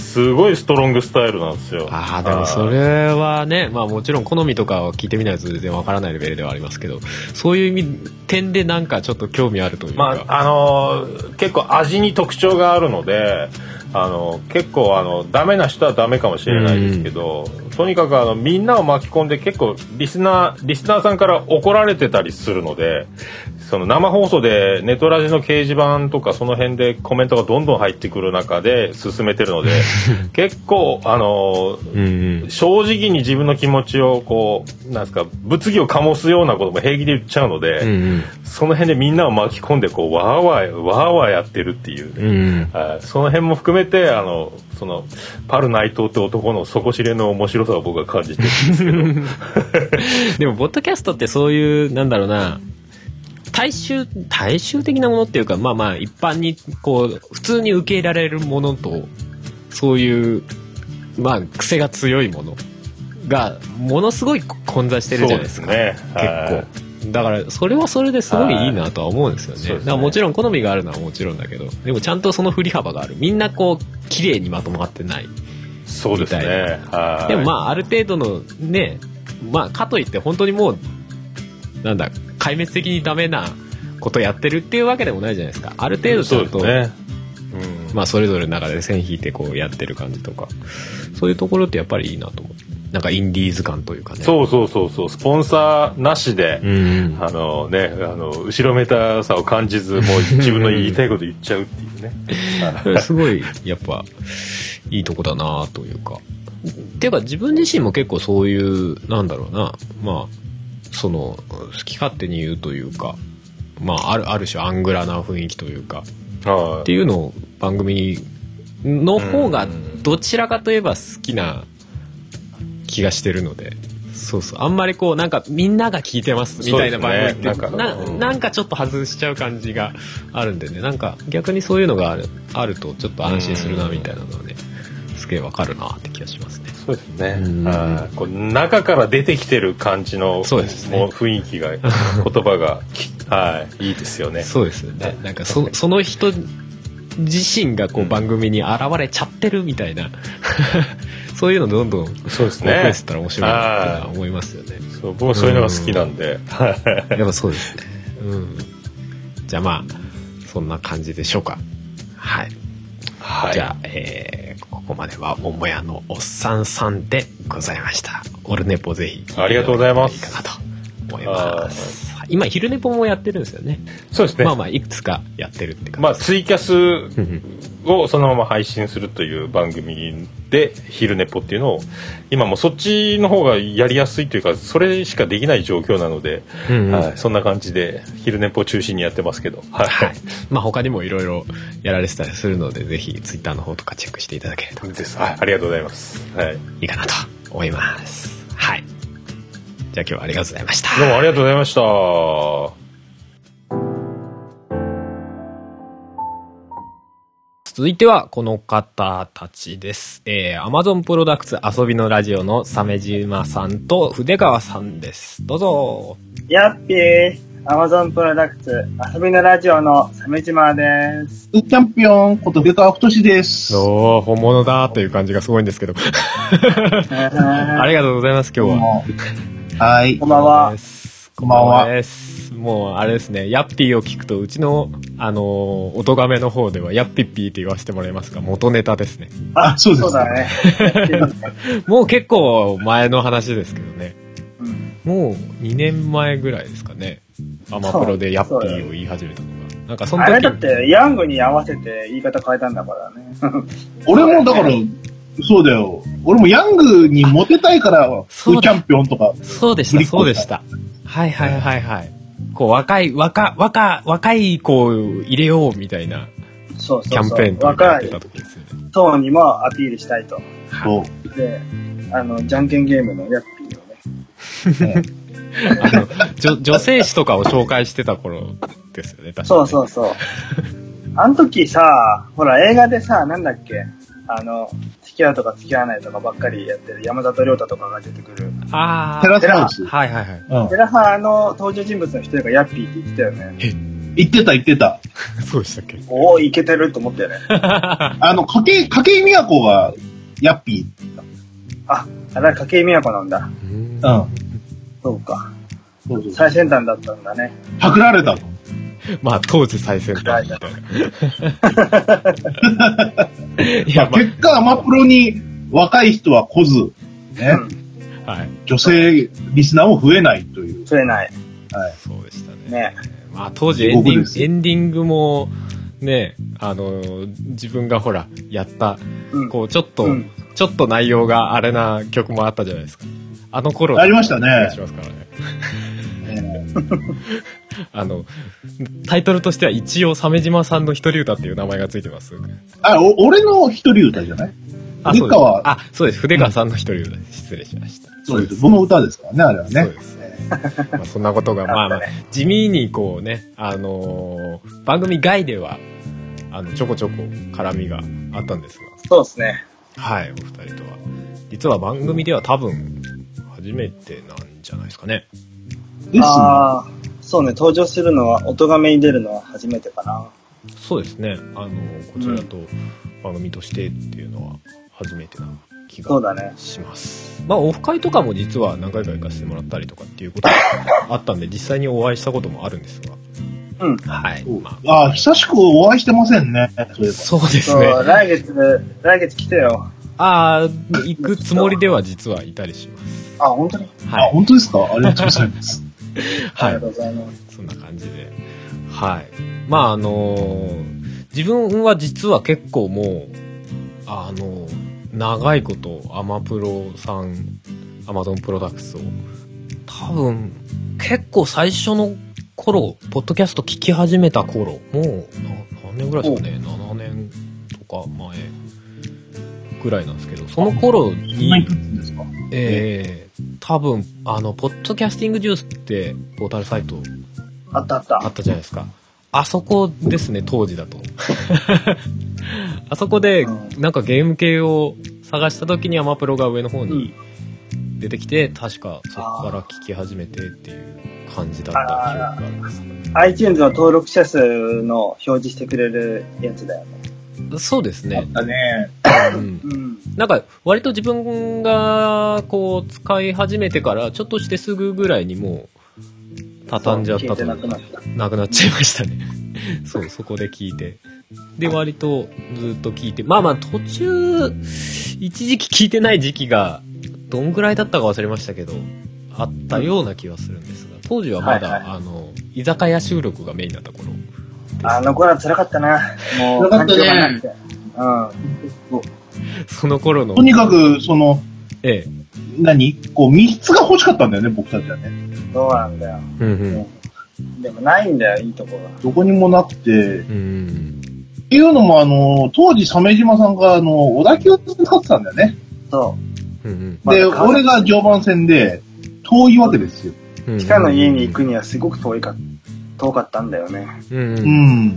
すごいストロングスタイルなんですよ。 ああ、でもそれはね、まあもちろん好みとかを聞いてみないと全然わからないレベルではありますけど、そういう意味点でなんかちょっと興味あるというか。 まああのー、結構味に特徴があるので、あの結構あのダメな人はダメかもしれないですけど、とにかくあのみんなを巻き込んで結構リスナーリスナーさんから怒られてたりするので、その生放送でネトラジの掲示板とかその辺でコメントがどんどん入ってくる中で進めてるので結構あの、うんうん、正直に自分の気持ちをこうなんですか物議を醸すようなことも平気で言っちゃうので、うんうん、その辺でみんなを巻き込んでこうわーわーわーわーやってるっていう、ね、うんうん、その辺も含めてあのそのパル内藤って男の底知れの面白さを僕は感じてるんですけどでもポッドキャストってそういうなんだろうな大衆大衆的なものっていうか、まあまあ一般にこう普通に受け入れられるものとそういうまあ癖が強いものがものすごい混在してるじゃないですか。そうですね、結構だからそれはそれですごいいいなとは思うんですよね。だからもちろん好みがあるのはもちろんだけど、でもちゃんとその振り幅がある。みんなこう綺麗にまとまってないみたいな。 そうですね。はい。 でもまあある程度のね、まあかといって本当にもうなんだ壊滅的にダメなことやってるっていうわけでもないじゃないですか。ある程度ちゃんと、ね、うん、まあそれぞれの中で線引いてこうやってる感じとか、そういうところってやっぱりいいなと思って。なんかインディーズ感というかね。 そうそうそうそう、スポンサーなしで、うん、あのね、あの後ろめたさを感じず、もう自分の言いたいこと言っちゃうっていうね。 すごいやっぱいいとこだなというか。っていうか自分自身も結構そういうなんだろうな、まあその好き勝手に言うというか、まああるある種アングラな雰囲気というか、っていうのを番組の方がどちらかといえば好きな気がしてるので、そうそう、あんまりこうなんかみんなが聞いてますみたいな番組って、ね、なんか、な、なんかちょっと外しちゃう感じがあるんでね、なんか逆にそういうのがある、あるとちょっと安心するなみたいなのはね、すげえわかるなって気がしますね。 そうですね。あ、こう中から出てきてる感じの、 そうですね、 もう雰囲気が言葉がはい、いいですよね。 そうですよね。なんかそその人自身がこう番組に現れちゃってるみたいな、うん、そういうのどんどんそうですね、 増やせたら面白いなと思いますよね。 そう、僕もそういうのが好きなんで、うん、 やっぱそうですね、うん、じゃあまあそんな感じでしょうか。はい、はい、じゃあ、えー、ここまでは桃屋のおっさんさんでございました。オルネポぜひありがとうございます。 いいかなと思います。今昼寝ぽもやってるんですよね。 そうですね。 まあまあいくつかやってるって感じ。 まあツイキャスをそのまま配信するという番組で昼寝ぽっていうのを今もそっちの方がやりやすいというか、それしかできない状況なので、うんうん、はい、そんな感じで昼寝ぽ中心にやってますけど、はい、はい、 まあ他にもいろいろやられてたりするので、ぜひツイッターの方とかチェックしていただければです。はい、ありがとうございます。はい、 いいかなと思います。はい。じゃあ今日はありがとうございました。 どうもありがとうございました。 続いてはこの方たちです。えー、Amazon プロダクツ遊びのラジオの鮫島さんと筆川さんです。どうぞ。 やっぴー、Amazon プロダクツ遊びのラジオの鮫島です。 チャンピオンこと筆川太です。 おー、本物だという感じがすごいんですけど。ありがとうございます、今日は。 はい。 こんばんは。 こんばんは。 もうあれですね、ヤッピーを聞くとうちのあのー、音亀の方ではヤッピッピーって言わせてもらいますが、元ネタですね。 あ、そうです。そうだね。 もう結構前の話ですけどね。うん、もうにねんまえぐらいですかね。アマプロでヤッピーを言い始めたのが。なんかその時あれだってヤングに合わせて言い方変えたんだからね。 俺もだから。そうだよ。俺もヤングにモテたいから、ウーチャンピオンとか。 そうでした、そうでした。はいはいはいはい。こう若い、若、若、若い子を入れようみたいな。 そうそうそう。 キャンペーンとかやってた時ですよね。 党にもアピールしたいと。 そう。 で、あの、じゃんけんゲームのヤッピーをね。 あの、女、女性誌とかを紹介してた頃ですよね、確かに。 そうそうそう。あの時さ、ほら映画でさ、なんだっけ、あの、付き合うとか付き合わないとかばっかりやってる山里亮太とかが出てくる。 ああ。 テラハウス。 はいはいはい。 テラハの登場人物の一人がヤッピーって言ってたよね。 え言ってた言ってた。 そうでしたっけ？ おお、いけてると思ったよね。 あの、かけ、かけいみやこが、ヤッピー。 あ、あれは筧美和子なんだ。 うん。 そうか。 そうそう。 最先端だったんだね。 パクられたの。 まあ、当時最先端みたいな。 いや、まあ、結果、アマプロに若い人は来ず、ね。 うん、はい。 女性リスナーも増えないという。 増えない。 はい。 そうでしたね。 ね。 まあ、当時エンディング、エンディングも、ね、あの、自分がほら、やった、うん、こう、ちょっと、うん、ちょっと内容があれな曲もあったじゃないですか。あの頃。 ありましたね。 しますからね。あの、タイトルとしては一応、鮫島さんの一人歌っていう名前がついてます。 あ、お俺の一人歌じゃない？ あ、筆川。あ、そうです。筆川さんの一人歌です。失礼しました。 そうです。僕の歌ですからね、あれはね。 そうです。まあそんなことが、まあまあ、地味にこうね、あのー、番組外では、あの、ちょこちょこ絡みがあったんですが。 そうですね。 はい、お二人とは。実は番組では多分、初めてなんじゃないですかね。 ですね。 ああ、そうね、登場するのは、音がめに出るのは初めてかな。 そうですね。あの、こちらと番組としてっていうのは初めてな気がします。ね、まあ、オフ会とかも実は何回か行かせてもらったりとかっていうことがあったんで、実際にお会いしたこともあるんですが。 うん。 はい。まあ、あ、久しくお会いしてませんね。 そういえば。そうですね。 来月、来月来てよ。 ああ、行くつもりでは実はいたりします。 あ、本当に？ はい。 あ、本当ですか？ありがとうございます。 はい。 ありがとうございます。 そんな感じで。はい。まあ、あのー、自分は実は結構もう、あのー、長いことアマプロさん、アマゾンプロダクツを、多分、結構最初の頃、ポッドキャスト聞き始めた頃、もう、何年ぐらいですかね、ななねんとか前ぐらいなんですけど、その頃に、えー、多分、あの、ポッドキャスティングジュースってポータルサイトあったあった。 あったじゃないですか。あそこですね、当時だと。あそこで、なんかゲーム系を探した時にアマプロが上の方に出てきて、確かそこから聞き始めてっていう感じだった記憶があります、ね。 iTunes の登録者数の表示してくれるやつだよね。 そうですね。 あったね。 うん。なんか割と自分がこう使い始めてからちょっとしてすぐぐらいにもう畳んじゃったというか、なくなっちゃいましたね。そう、そこで聞いて。で、割とずっと聞いて、まあまあ途中、一時期聞いてない時期がどんぐらいだったか忘れましたけど、あったような気はするんですが、当時はまだ、はいはい、あの、居酒屋収録がメインだった頃。 あの頃は辛かったな。もう、 辛かったね。 うん。 その頃の。 とにかく、その、 ええ。 何こう、密室が欲しかったんだよね、僕たちはね。 そうなんだよ。うんうん、でもないんだよ、いいところが。 どこにもなくて。 うん。 っていうのも、あの、当時、鮫島さんが、あの、小田急を使ってたんだよね。 そう。 うんうん、で、まあ、俺が常磐線で、遠いわけですよ。 地下の家に行くにはすごく遠いか、遠かったんだよね。 うん。 うん。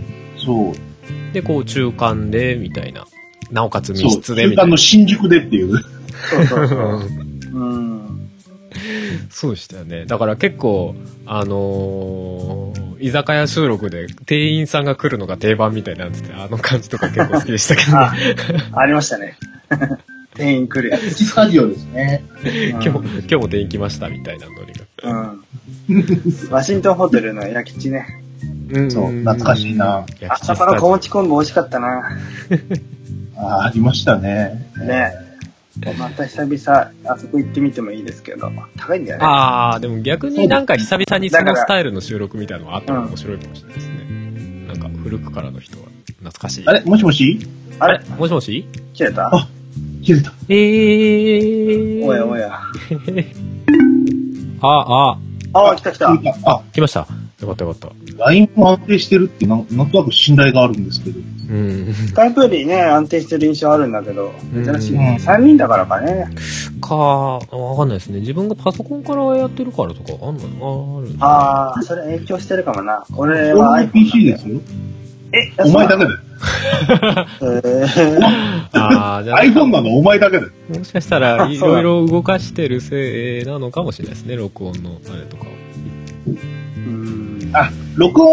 そう。 で、こう、中間で、みたいな。なおかつ密室でみたいな。 中間の新宿でっていう。 そうそうそう。うん。 そうでしたよね。だから結構、あのー、居酒屋収録で店員さんが来るのが定番みたいなんつって、あの感じとか結構好きでしたけどね。 あ, ありましたね。店員来るやつ。 プチカジオですね。 今日も、今日も店員来ましたみたいなノリが。うん。ワシントンホテルの焼き地ね。 うん。そう、懐かしいな。 あそこの小餅昆布美味しかったな。 あ、ありましたね。 ね。また久々、あそこ行ってみてもいいですけど、高いんだよね。 ああ、でも逆になんか久々にそのスタイルの収録みたいなのがあったら面白いかもしれないですね。うん、なんか古くからの人は懐かしい。 あれもしもしあれもしもし切れたあ、切れた。 えー。 おやおや。 あ、あ。 あ、来た来た。 あ、来ました。よかったよかった。 ライン も安定してるってなん、なんとなく信頼があるんですけど。 うん。 スカイプよりね、安定してる印象あるんだけど、珍しいね。さんにんだからかね。 か、わかんないですね。自分がパソコンからやってるからとかあんのある。 ああ、それ影響してるかもな。俺は iPhone。ピーシー ですよ。 え、 お前だけだよ。 えー、 ああ、じゃあ iPhone なのお前だけだよ。 もしかしたらいろいろ動かしてるせいなのかもしれないですね、録音のあれとかを。 あ、録音を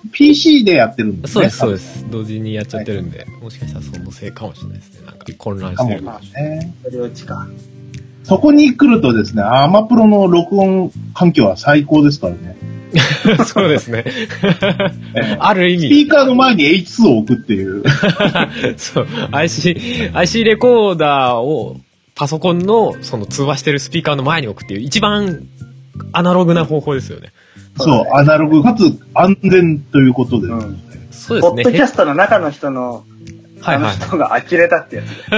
ピーシー でやってるんですね。そうです、そうです。同時にやっちゃってるんで、はい、もしかしたらそのせいかもしれないですね。なんか混乱してるかもしれない。ね、 それ落ちか。 そこに来るとですね、アマプロの録音環境は最高ですからね。 そうですね。ある意味。 スピーカーの前に エイチツー を置くっていう。 そう。アイシー、アイシー レコーダーをパソコンのその通話してるスピーカーの前に置くっていう一番アナログな方法ですよね。 そう、アナログかつ安全ということで。うん、 そうですね。 ポッドキャストの中の人の、あの人が呆れたってやつで。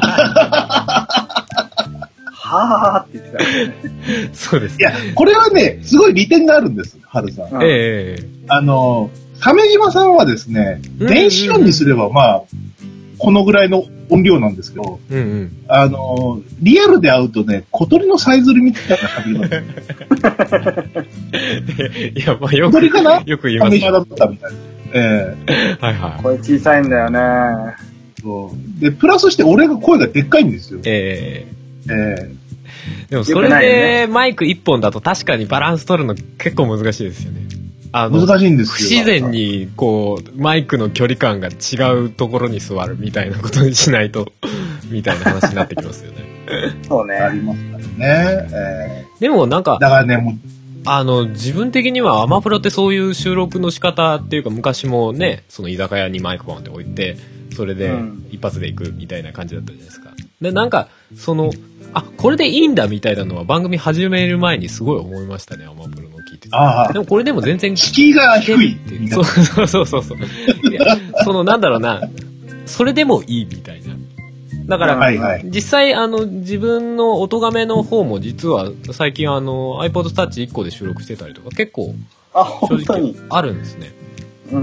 はぁーって言ってた、 ね。そうです、 ね。いや、これはね、すごい利点があるんです、ハルさん。 ええー。 あの、鮫島さんはですね、電子音にすれば、まあ、このぐらいの音量なんですけど、うんうん、あの、リアルで会うとね、小鳥のさえずりみたいな喋ります。 いや、まあよく、 小鳥かなよく言います。 鮫島だったみたいな。ええー。はいはい。 声小さいんだよね。 そうで、プラスして俺が声がでっかいんですよ。 ええー。 ええー。でもそれでマイク一本だと確かにバランス取るの結構難しいですよね。あの難しいんですよ。 不自然にこうマイクの距離感が違うところに座るみたいなことにしないとみたいな話になってきますよね。 そうね。 ありますからね。えー、でもなんかだからねもうあの自分的にはアマプロってそういう収録の仕方っていうか昔もねその居酒屋にマイクポンって置いてそれで一発で行くみたいな感じだったじゃないですか。でなんかそのあこれでいいんだみたいなのは番組始める前にすごい思いましたねアマプロの聞いてて。 ああでもこれでも全然敷居が低いってそうそうそうそうそういやそのなんだろうなそれでもいいみたいな。だから、はいはい、実際あの自分の音がめの方も実は最近あの iPod Touch いっこで収録してたりとか結構正直あるんですね。 うん。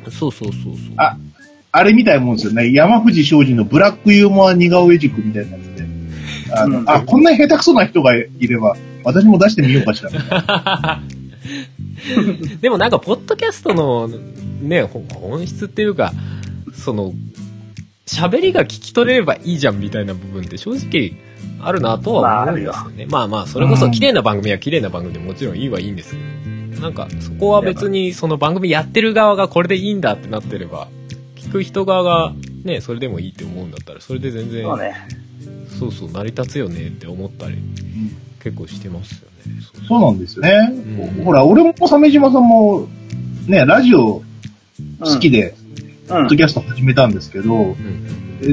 そうそうそうそう。 あ、あれみたいなもんですよね。山藤昌司のブラックユーモア似顔絵軸みたいなやつで。あの、うん、あ、こんなに下手くそな人がいれば私も出してみようかしら。 でもなんかポッドキャストのね本質っていうかその喋りが聞き取れればいいじゃんみたいな部分って正直あるなとは思うんですよね。まあまあそれこそ綺麗な番組は綺麗な番組でもちろんいいはいいんですけど、なんかそこは別にその番組やってる側がこれでいいんだってなってれば聞く人側がねそれでもいいって思うんだったらそれで全然そうね。 そうそう成り立つよねって思ったり結構してますよね。 そうそうなんですよね。うん、ほら俺も鮫島さんもねラジオ好きで。うんポッドキャスト始めたんですけど、うん、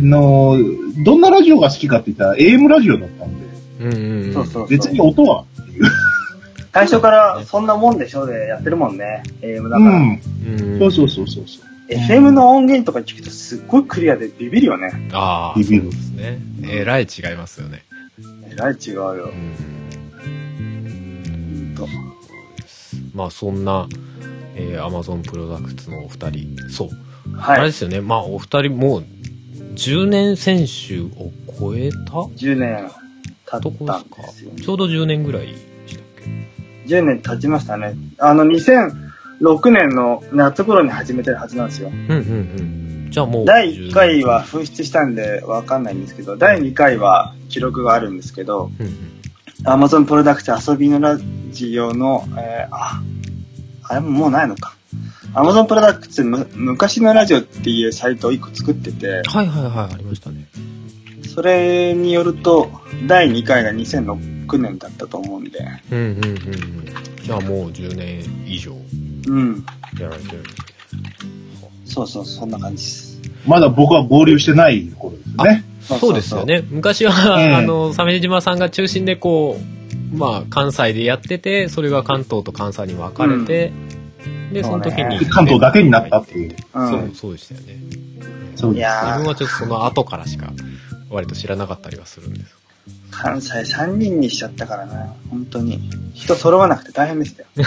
のどんなラジオが好きかって言ったら エーエム ラジオだったんで、 うんうんうん、 そうそうそう別に音はっていう最初からそんなもんでしょでやってるもんね エーエム だから、うん、 そうそうそうそうそうエフエム の音源とか聞くとすっごいクリアでビビるよね。 ああビビるですね。えらい違いますよね。 えらい違うよ。うん、 とまあそんな、えー、Amazon プロダクツのお二人そうはい、あれですよね。まあお二人もうじゅうねん選手を超えたじゅうねん経ったんですよ、ね、 ちょうどじゅうねんぐらいでしたっけ。 じゅうねん経ちましたね。あのにせんろくねんの夏頃に始めてるはずなんですよ。 うんうんうん。じゃあもうだいいっかいは紛失したんでわかんないんですけど、だいにかいは記録があるんですけど、うんうん、Amazon プロダクツ遊びのラジオの、えー、ああれももうないのか。Amazon プロダクツむ昔のラジオっていうサイトをいっこ作ってて、 はいはいはいありましたね。 それによるとだいにかいがにせんろくねんだったと思うんで、 うんうんうんうん。じゃあもうじゅうねん以上やられてるんですね。 うん、そうそうそんな感じです。 まだ僕は合流してない頃ですね。 そうですよね。昔は、えー、あの鮫島さんが中心でこうまあ関西でやっててそれが関東と関西に分かれて。うんでその時に、ね、 関東だけになったっていう、 うん、そうそうでしたよね。 そうです。 自分はちょっとその後からしか割と知らなかったりはするんです。 関西さんにんにしちゃったからな本当に人揃わなくて大変でしたよ。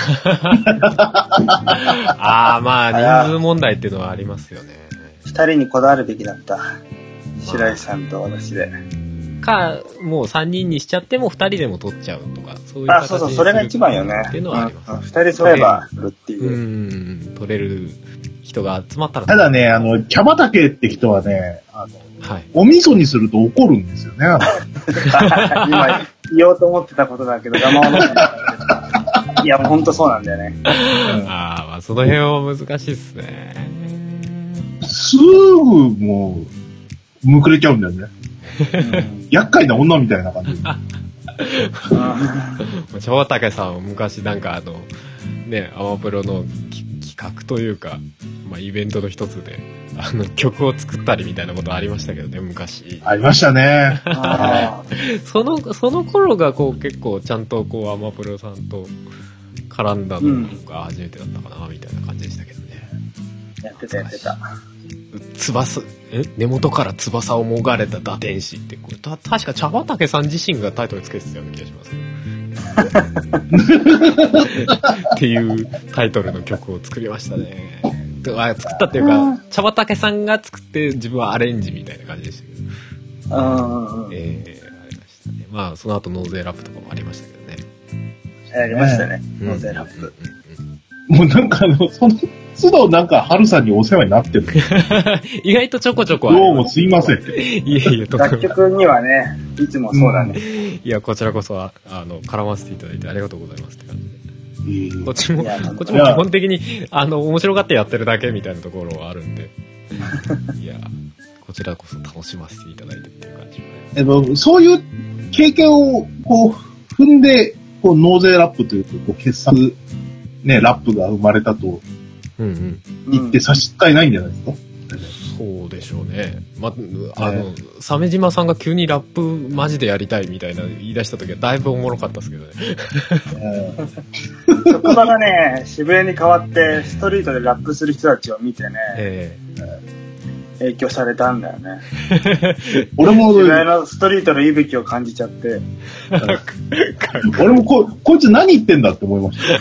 ああまあ人数問題っていうのはありますよね。 ふたりにこだわるべきだった白井さんと私で。 かもうさんにんにしちゃってもふたりでも取っちゃうとかそういう形にする。あそうそうそれが一番よね。 っていうのはあります、ね。 ふたり揃えば取るっていう。 うん取れる人が集まったら。 ただねあのキャバタケって人はねあの、はい、お味噌にすると怒るんですよね。 今言おうと思ってたことだけど我慢を飲んでた。 いや、ほんとそうなんだよね。 ああ、まあその辺は難しいっすね。 すぐもう、むくれちゃうんだよね。厄介な女みたいな感じ。 茶畑さんは昔なんかあの、ね、アマプロの企画というか、まあイベントの一つで、あの曲を作ったりみたいなことありましたけどね、昔。 ありましたね。 その、その頃がこう結構ちゃんとこうアマプロさんと絡んだのが初めてだったかな、みたいな感じでしたけどね。 やってたやってた。 翼、え根元から翼をもがれた打天使って、これた確か茶畑さん自身がタイトルつけてたような気がしますっていうタイトルの曲を作りましたね。あ、作ったっていうか、茶畑さんが作って自分はアレンジみたいな感じでしたけど。ああ、えー、ありましたね。まあその後納税ラップとかもありましたけどね。 ありましたね、納税ラップ。 もうなんかあの、その都度なんか春さんにお世話になってる。 意外とちょこちょこある。どうもすいません。 いえいえ、 楽曲にはね、いつもそうだね。うん、 いや、こちらこそは、あの、絡ませていただいてありがとうございますって感じで。こっちも、こっちも基本的に、あの、面白がってやってるだけみたいなところはあるんで。いや、こちらこそ楽しませていただいてっていう感じはね。 えっと、そういう経験を、こう、踏んで、こう、納税ラップというか、こう、傑作、ね、ラップが生まれたと、うんうん。言って差し支えないんじゃないですか、うん、 そうでしょうね。ま、あの、鮫島さんが急にラップマジでやりたいみたいな言い出した時はだいぶおもろかったですけどね。 職場がね、渋谷に変わってストリートでラップする人たちを見てね、えー、影響されたんだよね。俺も渋谷のストリートの息吹を感じちゃって、 俺もここいつ何言ってんだって思いました。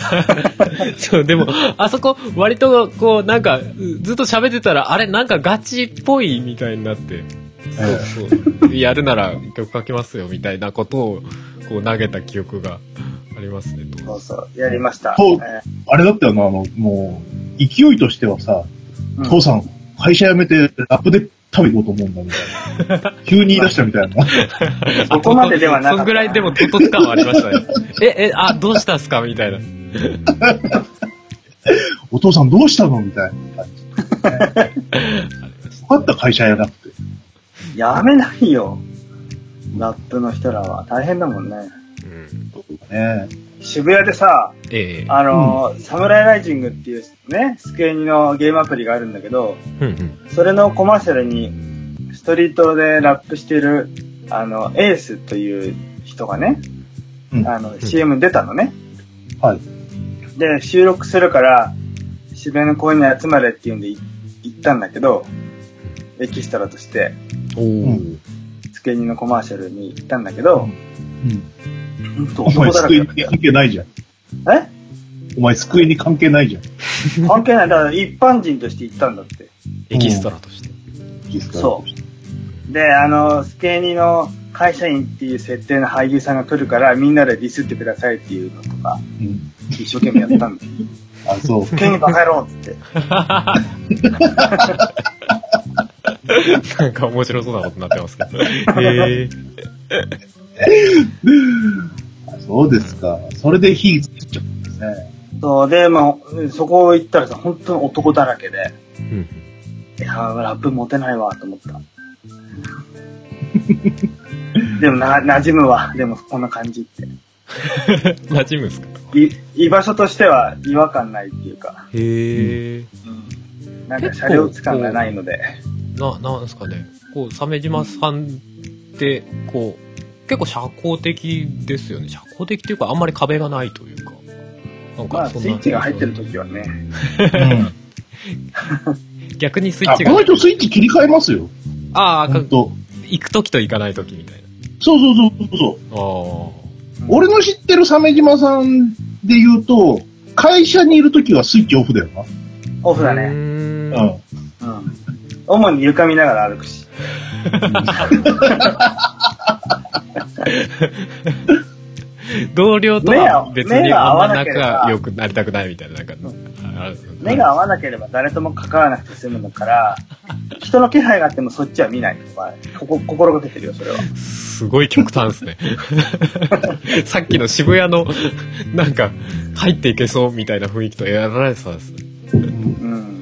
そう、でもあそこ割とこうなんかずっと喋ってたらあれなんかガチっぽいみたいになって、そうそうやるなら曲書きますよみたいなことをこう投げた記憶がありますね。 そうそうやりました。 そう、えー、あれだったよな、あのもう勢いとしてはさ、うん、父さん会社辞めてラップで食べ行こうと思うんだみたいな。急に言い出したみたいな。 そこまでではなかった。 そんぐらいでも唐突感はありましたね。え、え、あ、どうしたんすかみたいな。 お父さんどうしたのみたいな感じ。分かった会社やなくて。 やめないよ。ラップの人らは大変だもんね。うん。ね、渋谷でさ、えー、あの、うん、サムライライジングっていうね、スクエニのゲームアプリがあるんだけど、うんうん、それのコマーシャルにストリートでラップしてる、あの、エースという人がね、うん、あの、シーエム 出たのね。はい。で、収録するから、渋谷の公園に集まれっていうんで行ったんだけど、エキストラとして、おー、スクエニのコマーシャルに行ったんだけど、うんお前机に関係ないじゃん。 え？ お前机に関係ないじゃん。 関係ない。だから一般人として行ったんだって。 エキストラとして。 エキストラとして。 そう。で、あの、スケニの会社員っていう設定の俳優さんが来るからみんなでディスってくださいっていうのとか、うん、一生懸命やったんだよ。 あ、そう。 スケニバカ野郎っつって。 なんか面白そうなことになってますけど。へー。 そうですか。それで火ついちゃうんですね。 そうで、まあ、そこ行ったらさ、本当に男だらけで、うん、いやラップ持てないわと思った。でもな馴染むわ。でもこんな感じって。 馴染むんすか？ い居場所としては違和感ないっていうか。 へー。 うん、なんか車両感がないので。 ななんですかね。こう鮫島さんってこう。結構社交的ですよね。社交的っていうかあんまり壁がないというか。 なんかそんな、まあ、スイッチが入ってる時はね。 うん、逆にスイッチが。 この人スイッチ切り替えますよ。 ああ、行く時と行かない時みたいな。 そうそうそうそう。ああ。俺の知ってる鮫島さんで言うと、会社にいる時はスイッチオフだよな。 オフだね。うん。うん。主に床見ながら歩くし。 同僚とは別にあんま仲良くなりたくないみたいな、なんか、 目が合わなければ誰とも関わらなくて済むのから、人の気配があってもそっちは見ないとか、ここ心がけてるよ、それは。 すごい極端ですね。さっきの渋谷の、なんか、入っていけそうみたいな雰囲気とやられてたんですね。うん。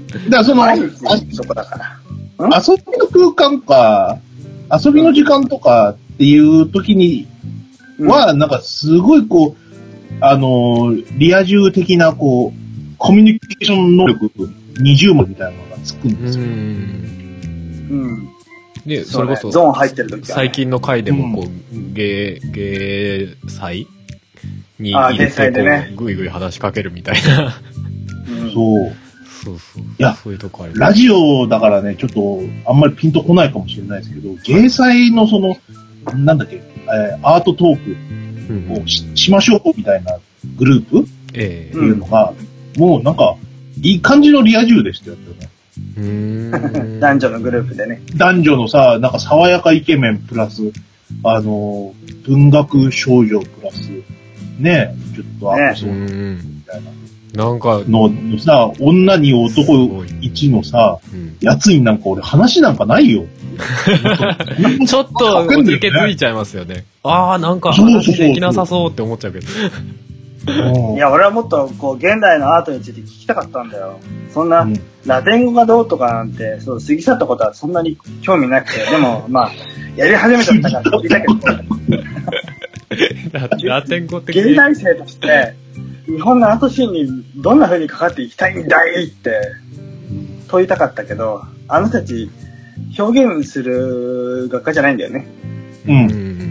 だからその、そこだから。 遊びの空間か、遊びの時間とかっていう時には、なんかすごいこう、あの、リア充的なこう、コミュニケーション能力にじゅうまんみたいなのがつくんですよ。うん。 で、それこそ、 ゾーン入ってる時は、ね、 最近の回でもこう、うん、芸、芸祭に入れてこう、ね、ぐいぐい話しかけるみたいな。 うん、そう。 そうそう。 いや、 そういうとこある。 ラジオだからね、ちょっと、あんまりピンとこないかもしれないですけど、芸祭のその、なんだっけ、えー、アートトークを し,、うん、しましょうみたいなグループっていうのが、えー、もうなんか、いい感じのリア充でしたよね。 うーん男女のグループでね。 男女のさ、なんか爽やかイケメンプラス、あの、文学少女プラス、ね、ちょっとアップそうみたいな。 なんかのさ、女に男一のさ、うん、やつになんか俺話なんかないよ。 ちょっとおじけづいちゃいますよね。ああ、なんか話できなさそうって思っちゃうけど。 いや、俺はもっとこう現代のアートについて聞きたかったんだよ。そんな、うん、ラテン語がどうとかなんて、そう過ぎ去ったことはそんなに興味なくて、でもまあやり始めちゃったから聞いたけど。 ラテン語って現代生として日本のアートシーンにどんな風にかかっていきたいんだいって問いたかったけど、あの人たち表現する学科じゃないんだよね。 うん。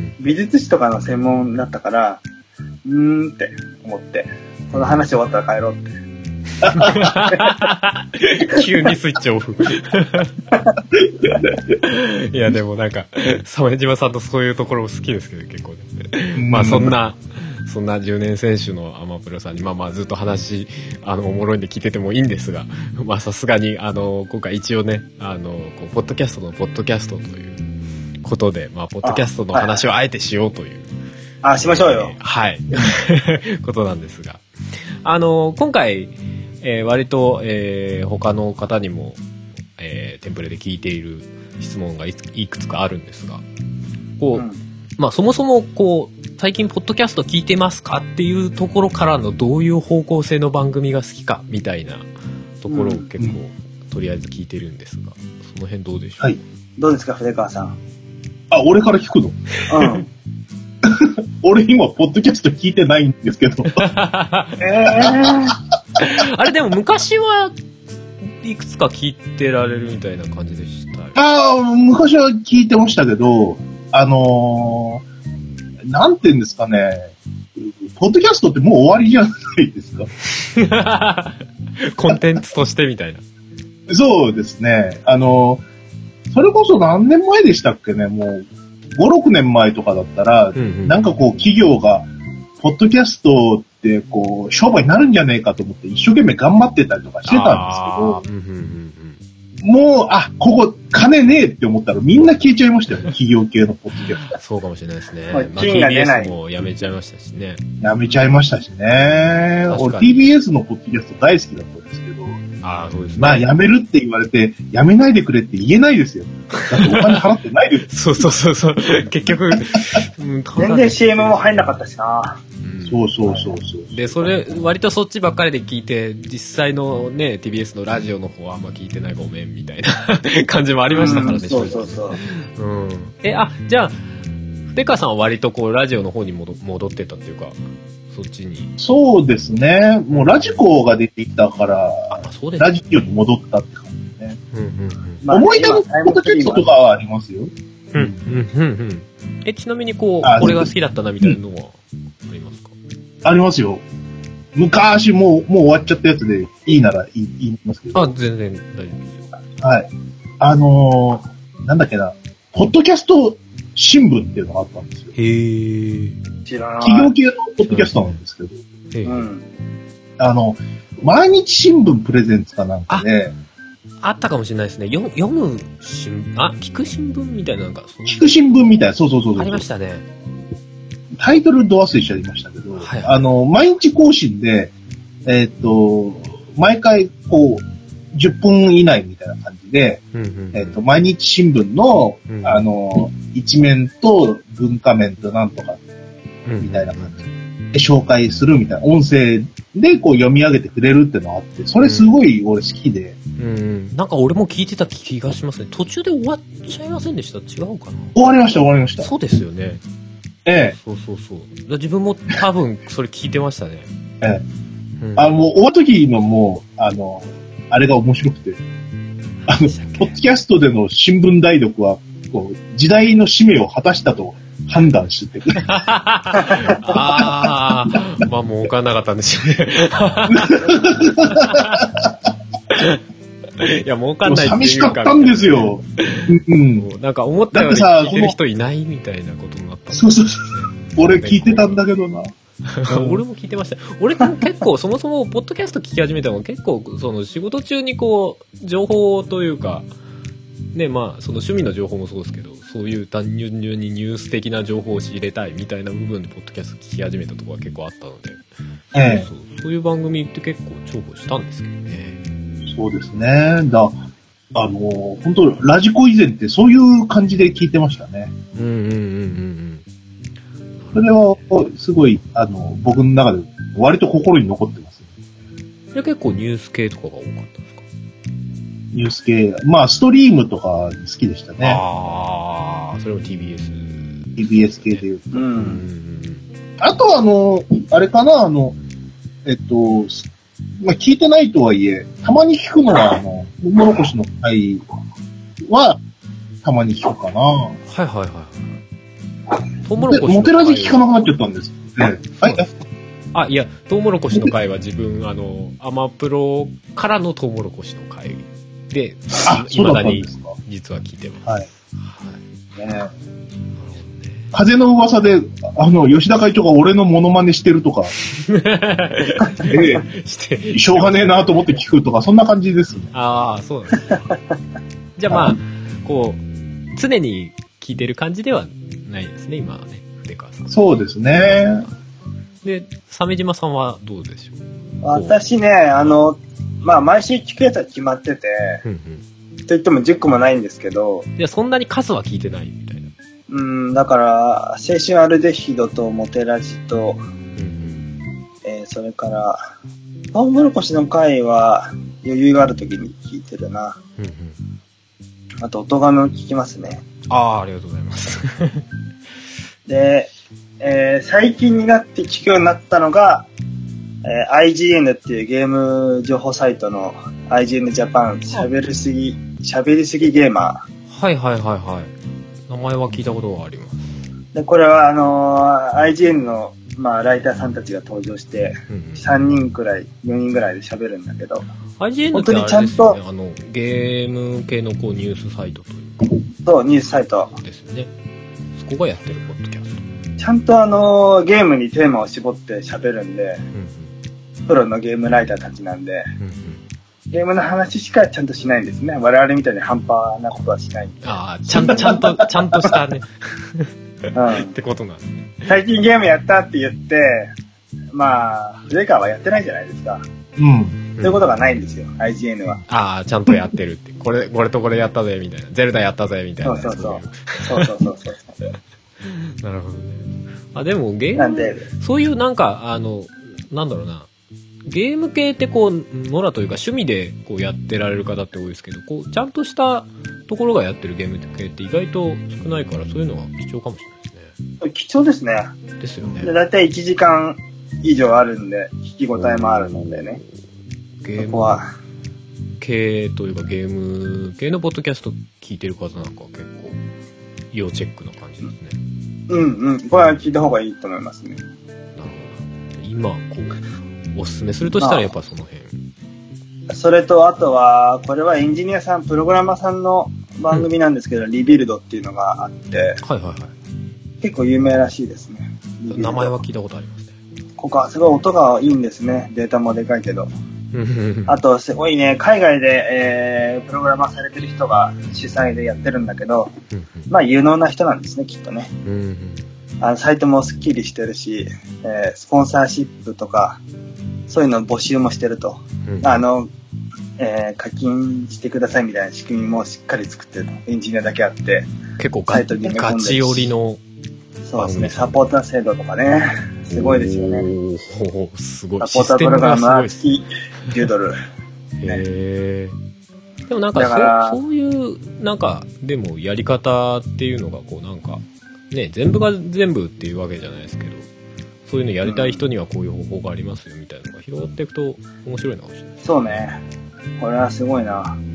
美術史とかの専門だったから、うーんって思って、この話終わったら帰ろうって。 急にスイッチオフ。いやでもなんか鮫島さんとそういうところも好きですけど結構ね。まあそんなそんなじゅうねん選手のアマプロさんにまあまあずっと話あのおもろいんで聞いててもいいんですが、まあさすがにあの今回一応ねあのこうポッドキャストのポッドキャストということでまあポッドキャストの話をあえてしようという。 あ、はい、しましょうよ。 はいことなんですが、あの今回。えー、割と、えー、他の方にも、えー、テンプレで聞いている質問がいくつかあるんですが、こう、うん、まあそもそもこう最近ポッドキャスト聞いてますかっていうところからのどういう方向性の番組が好きかみたいなところを結構、うん、とりあえず聞いてるんですが、その辺どうでしょう。 はい。 どうですか筆川さん。 あ、俺から聞くの？うん。俺今ポッドキャスト聞いてないんですけど。えーあれでも昔はいくつか聞いてられるみたいな感じでした。 ああ、昔は聞いてましたけど、あのー、なんていうんですかね、ポッドキャストってもう終わりじゃないですか。 コンテンツとしてみたいな。 そうですね。あのー、それこそ何年前でしたっけね、もうご、ろくねんまえとかだったら、うんうん、なんかこう企業が、ポッドキャストってこう商売になるんじゃねえかと思って一生懸命頑張ってたりとかしてたんですけど、うんうんうんうん、もうあここ金ねえって思ったらみんな消えちゃいましたよね。企業系のポッドキャスト。 そうかもしれないですね。まあ、ティービーエス もやめちゃいましたしね。 やめちゃいましたしね。俺 ティービーエス のポッドキャスト大好きだったんですけど、 あそうですね。 まあやめるって言われてやめないでくれって言えないですよ。だってお金払ってないです。 そうそうそうそう。結局、 うん、全然 シーエム も入んなかったしな。 そうそうそうそう。 で、それ、割とそっちばっかりで聞いて、実際のね、ティービーエス のラジオの方はあんま聞いてないごめんみたいな感じもありましたからね、うん、 そうそうそう。 うん。え、あ、じゃあ、筆川さんは割とこう、ラジオの方に戻戻ってたっていうか、そっちに。 そうですね。もうラジコが出てきたから、 あ、そうですね、ラジオに戻ったって感じですね。 うんうんうん。 まあ、思い出のポッドキャストとかはありますよ。 うんうんうんうん。え、ちなみにこう、これが好きだったなみたいなのはありますか？ ありますよ。昔もう、もう終わっちゃったやつでいいなら言い、言いますけど。 あ、全然大丈夫ですよ。 はい。あのー、なんだっけな、ポッドキャスト新聞っていうのがあったんですよ。 へー。 知らない。 企業系のポッドキャストなんですけど。へー。うん。あの、毎日新聞プレゼンツかなんかで、 あったかもしれないですね。読, 読む新あ聞く新聞みたいななんか聞く新聞みたいな、そうそうそうそう。 ありましたね。 タイトルど忘れしちゃいましたけど、はいはい、あの、毎日更新で、えっと、毎回、こう、じゅっぷん以内みたいな感じで、うんうんうん、えっと、毎日新聞の、うん、あの、一面と文化面となんとか、みたいな感じで紹介するみたいな、音声でこう読み上げてくれるってのがあって、それすごい俺好きで。 うん。うん、なんか俺も聞いてた気がしますね。途中で終わっちゃいませんでした？違うかな？ 終わりました、終わりました。 そうですよね。 ええ。 そうそうそう。自分も多分それ聞いてましたね。 ええ。うん、あの、もう終わった時のもう、あの、あれが面白くて、あの、ポッドキャストでの新聞代読は、こう、時代の使命を果たしたと判断してて。 ああ、まあもう分かんなかったんでしょうね。いや、もう分かんないっていうか。 寂しかったんですよ。うん。 なんか思ったより聞いてる人いないみたいなことになった、ね。 そうそうそう。俺聞いてたんだけどな。 俺も聞いてました。俺も結構そもそもポッドキャスト聞き始めたのは結構その仕事中にこう情報というかね、まあその趣味の情報もそうですけど、そういう単純にニュース的な情報を仕入れたいみたいな部分でポッドキャスト聞き始めたところが結構あったので、ええ、そうそう、そういう番組って結構重宝したんですけどね。 そうですね。だあの本当ラジコ以前ってそういう感じで聞いてましたね。 うんうんうんうんうん。 それはすごいあの僕の中で割と心に残ってます、ね。 で結構ニュース系とかが多かったんですか？ ニュース系、まあストリームとか好きでしたね。 ああ、それも ティービーエス。ティービーエス 系でいうと。うん。あとはあのあれかなあのえっとまあ聞いてないとはいえたまに聞くのはあのトウモロコシの会はたまに聞くかな。 はいはいはい。トウモロコシモテラジ聞かなくなっちゃったんです。ね、はい。 あ、いや、トウモロコシの会は自分、あの、アマプロからのトウモロコシの会で、いまだに実は聞いてます。はい。はいね、 風の噂で、あの、吉田会長が俺のモノマネしてるとか、ええ、してしょうがねえなと思って聞くとか、そんな感じですね。 ああ、そうなんですね。じゃあまあ、こう、常に聞いてる感じではないですね、今はね、筆川さん。 そうですね。 で、鮫島さんはどうでしょう？ 私ね、あの、まあ、毎週聞くやつは決まってて、うんうん、といってもじゅっこもないんですけど、 いや、そんなに数は聞いてないみたいな。 うん、だから、青春アルデヒドとモテラジと、うんうん、えー、それから、トウモロコシの回は余裕があるときに聞いてるな。うんうん、あと、音ガメを聞きますね。 ああ、ありがとうございます。 で、えー、最近になって聞くようになったのが、えー、アイジーエヌ っていうゲーム情報サイトの アイジーエヌ ジャパン喋りすぎ、喋りすぎゲーマー。はいはいはいはい。名前は聞いたことがあります。 で、これはあのー、アイジーエヌ の、まあ、ライターさんたちが登場して、うんうん、さんにんくらい、よにんくらいで喋るんだけど、 アイジーエヌ ってあれですよね、本当にちゃんと、あの、ゲーム系のこうニュースサイトというか。 そう、ニュースサイト。 ですよね。そこがやってるポッドキャスト。 ちゃんとあのー、ゲームにテーマを絞って喋るんで、うんうん、プロのゲームライターたちなんで、うんうん、ゲームの話しかちゃんとしないんですね。我々みたいに半端なことはしない。 ああ、ちゃんと、ちゃんと、ちゃんとしたね。うん、ってことなんですね。 最近ゲームやったって言って、まあ、レカはやってないじゃないですか。 うん。 そういうことがないんですよ、アイジーエヌ は。 ああ、ちゃんとやってるって。これ、これとこれやったぜ、みたいな。ゼルダやったぜ、みたいな。 そうそうそう。そうそうそうそう。 なるほどね。あ、でもゲーム、なんでそういうなんか、あの、なんだろうな。ゲーム系ってこう、ノラというか趣味でこうやってられる方って多いですけど、こう、ちゃんとしたところがやってるゲーム系って意外と少ないから、そういうのは貴重かもしれないですね。貴重ですね。 ですよね。 だいたいいちじかん以上あるんで、聞き応えもあるのでね。 ゲーム系というかゲーム系のポッドキャスト聞いてる方なんかは結構要チェックな感じですね。 うんうん。これは聞いた方がいいと思いますね。なるほど。今、こう、おすすめするとしたらやっぱその辺。 それと、あとは、これはエンジニアさん、プログラマーさんの番組なんですけど、うん、リビルドっていうのがあって、はいはいはい。結構有名らしいですね。 名前は聞いたことありますね。 ここはすごい音がいいんですね。データもでかいけど。あと、すごいね、海外で、えー、プログラマーされてる人が主催でやってるんだけど、まあ、有能な人なんですね、きっとね。 あのサイトもスッキリしてるし、えー、スポンサーシップとかそういうの募集もしてると、うん、あの、えー、課金してくださいみたいな仕組みもしっかり作ってると。エンジニアだけあって結構サイトにガチ寄りのそうですね、サポーター制度とかね、すごいですよね。 おー、すごい。 サポータープログラムは月じゅうドル。 へー。でもなんかそ、そういうなんかでもやり方っていうのがこうなんかね、全部が全部っていうわけじゃないですけど、そういうのやりたい人にはこういう方法がありますよみたいなのが広がっていくと面白いのかもしれない。 そうね。これはすごいな。うん、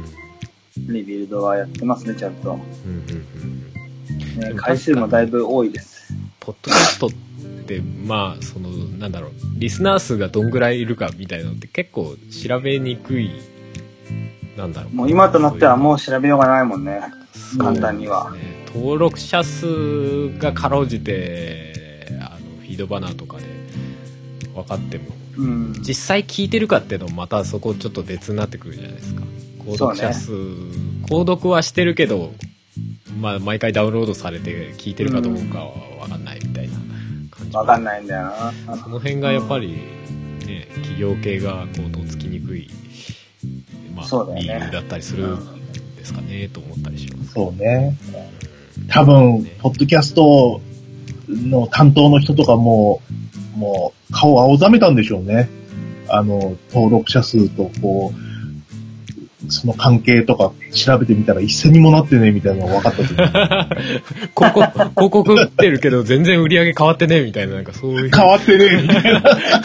リビルドはやってますね、ちゃんと。うんうんうんね、回数もだいぶ多いです。 ポッドキャストってまあそのなんだろう、リスナー数がどんぐらいいるかみたいなのって結構調べにくい。なんだろう。 もう今となってはもう調べようがないもんね。簡単には。 ね、登録者数がかろうじてあのフィードバナーとかで分かっても、うん、実際聞いてるかっていうのもまたそこちょっと別になってくるじゃないですか。購読者数、ね、購読はしてるけど。まあ、毎回ダウンロードされて聞いてるかどうかは分かんないみたいな感じ、 分かんないんだよな。 その辺がやっぱり、ね、企業系がこうとっつきにくい、まあね、理由だったりするんですかね、うん、と思ったりします。 そうね。多分、ね、ポッドキャストの担当の人とかももう顔を青ざめたんでしょうね。あの登録者数とこう。その関係とか調べてみたら一銭にもなってねみたいなのが分かったと広告広告打ってるけど全然売り上げ変わってねみたいな、なんかそういう変わってねみたいな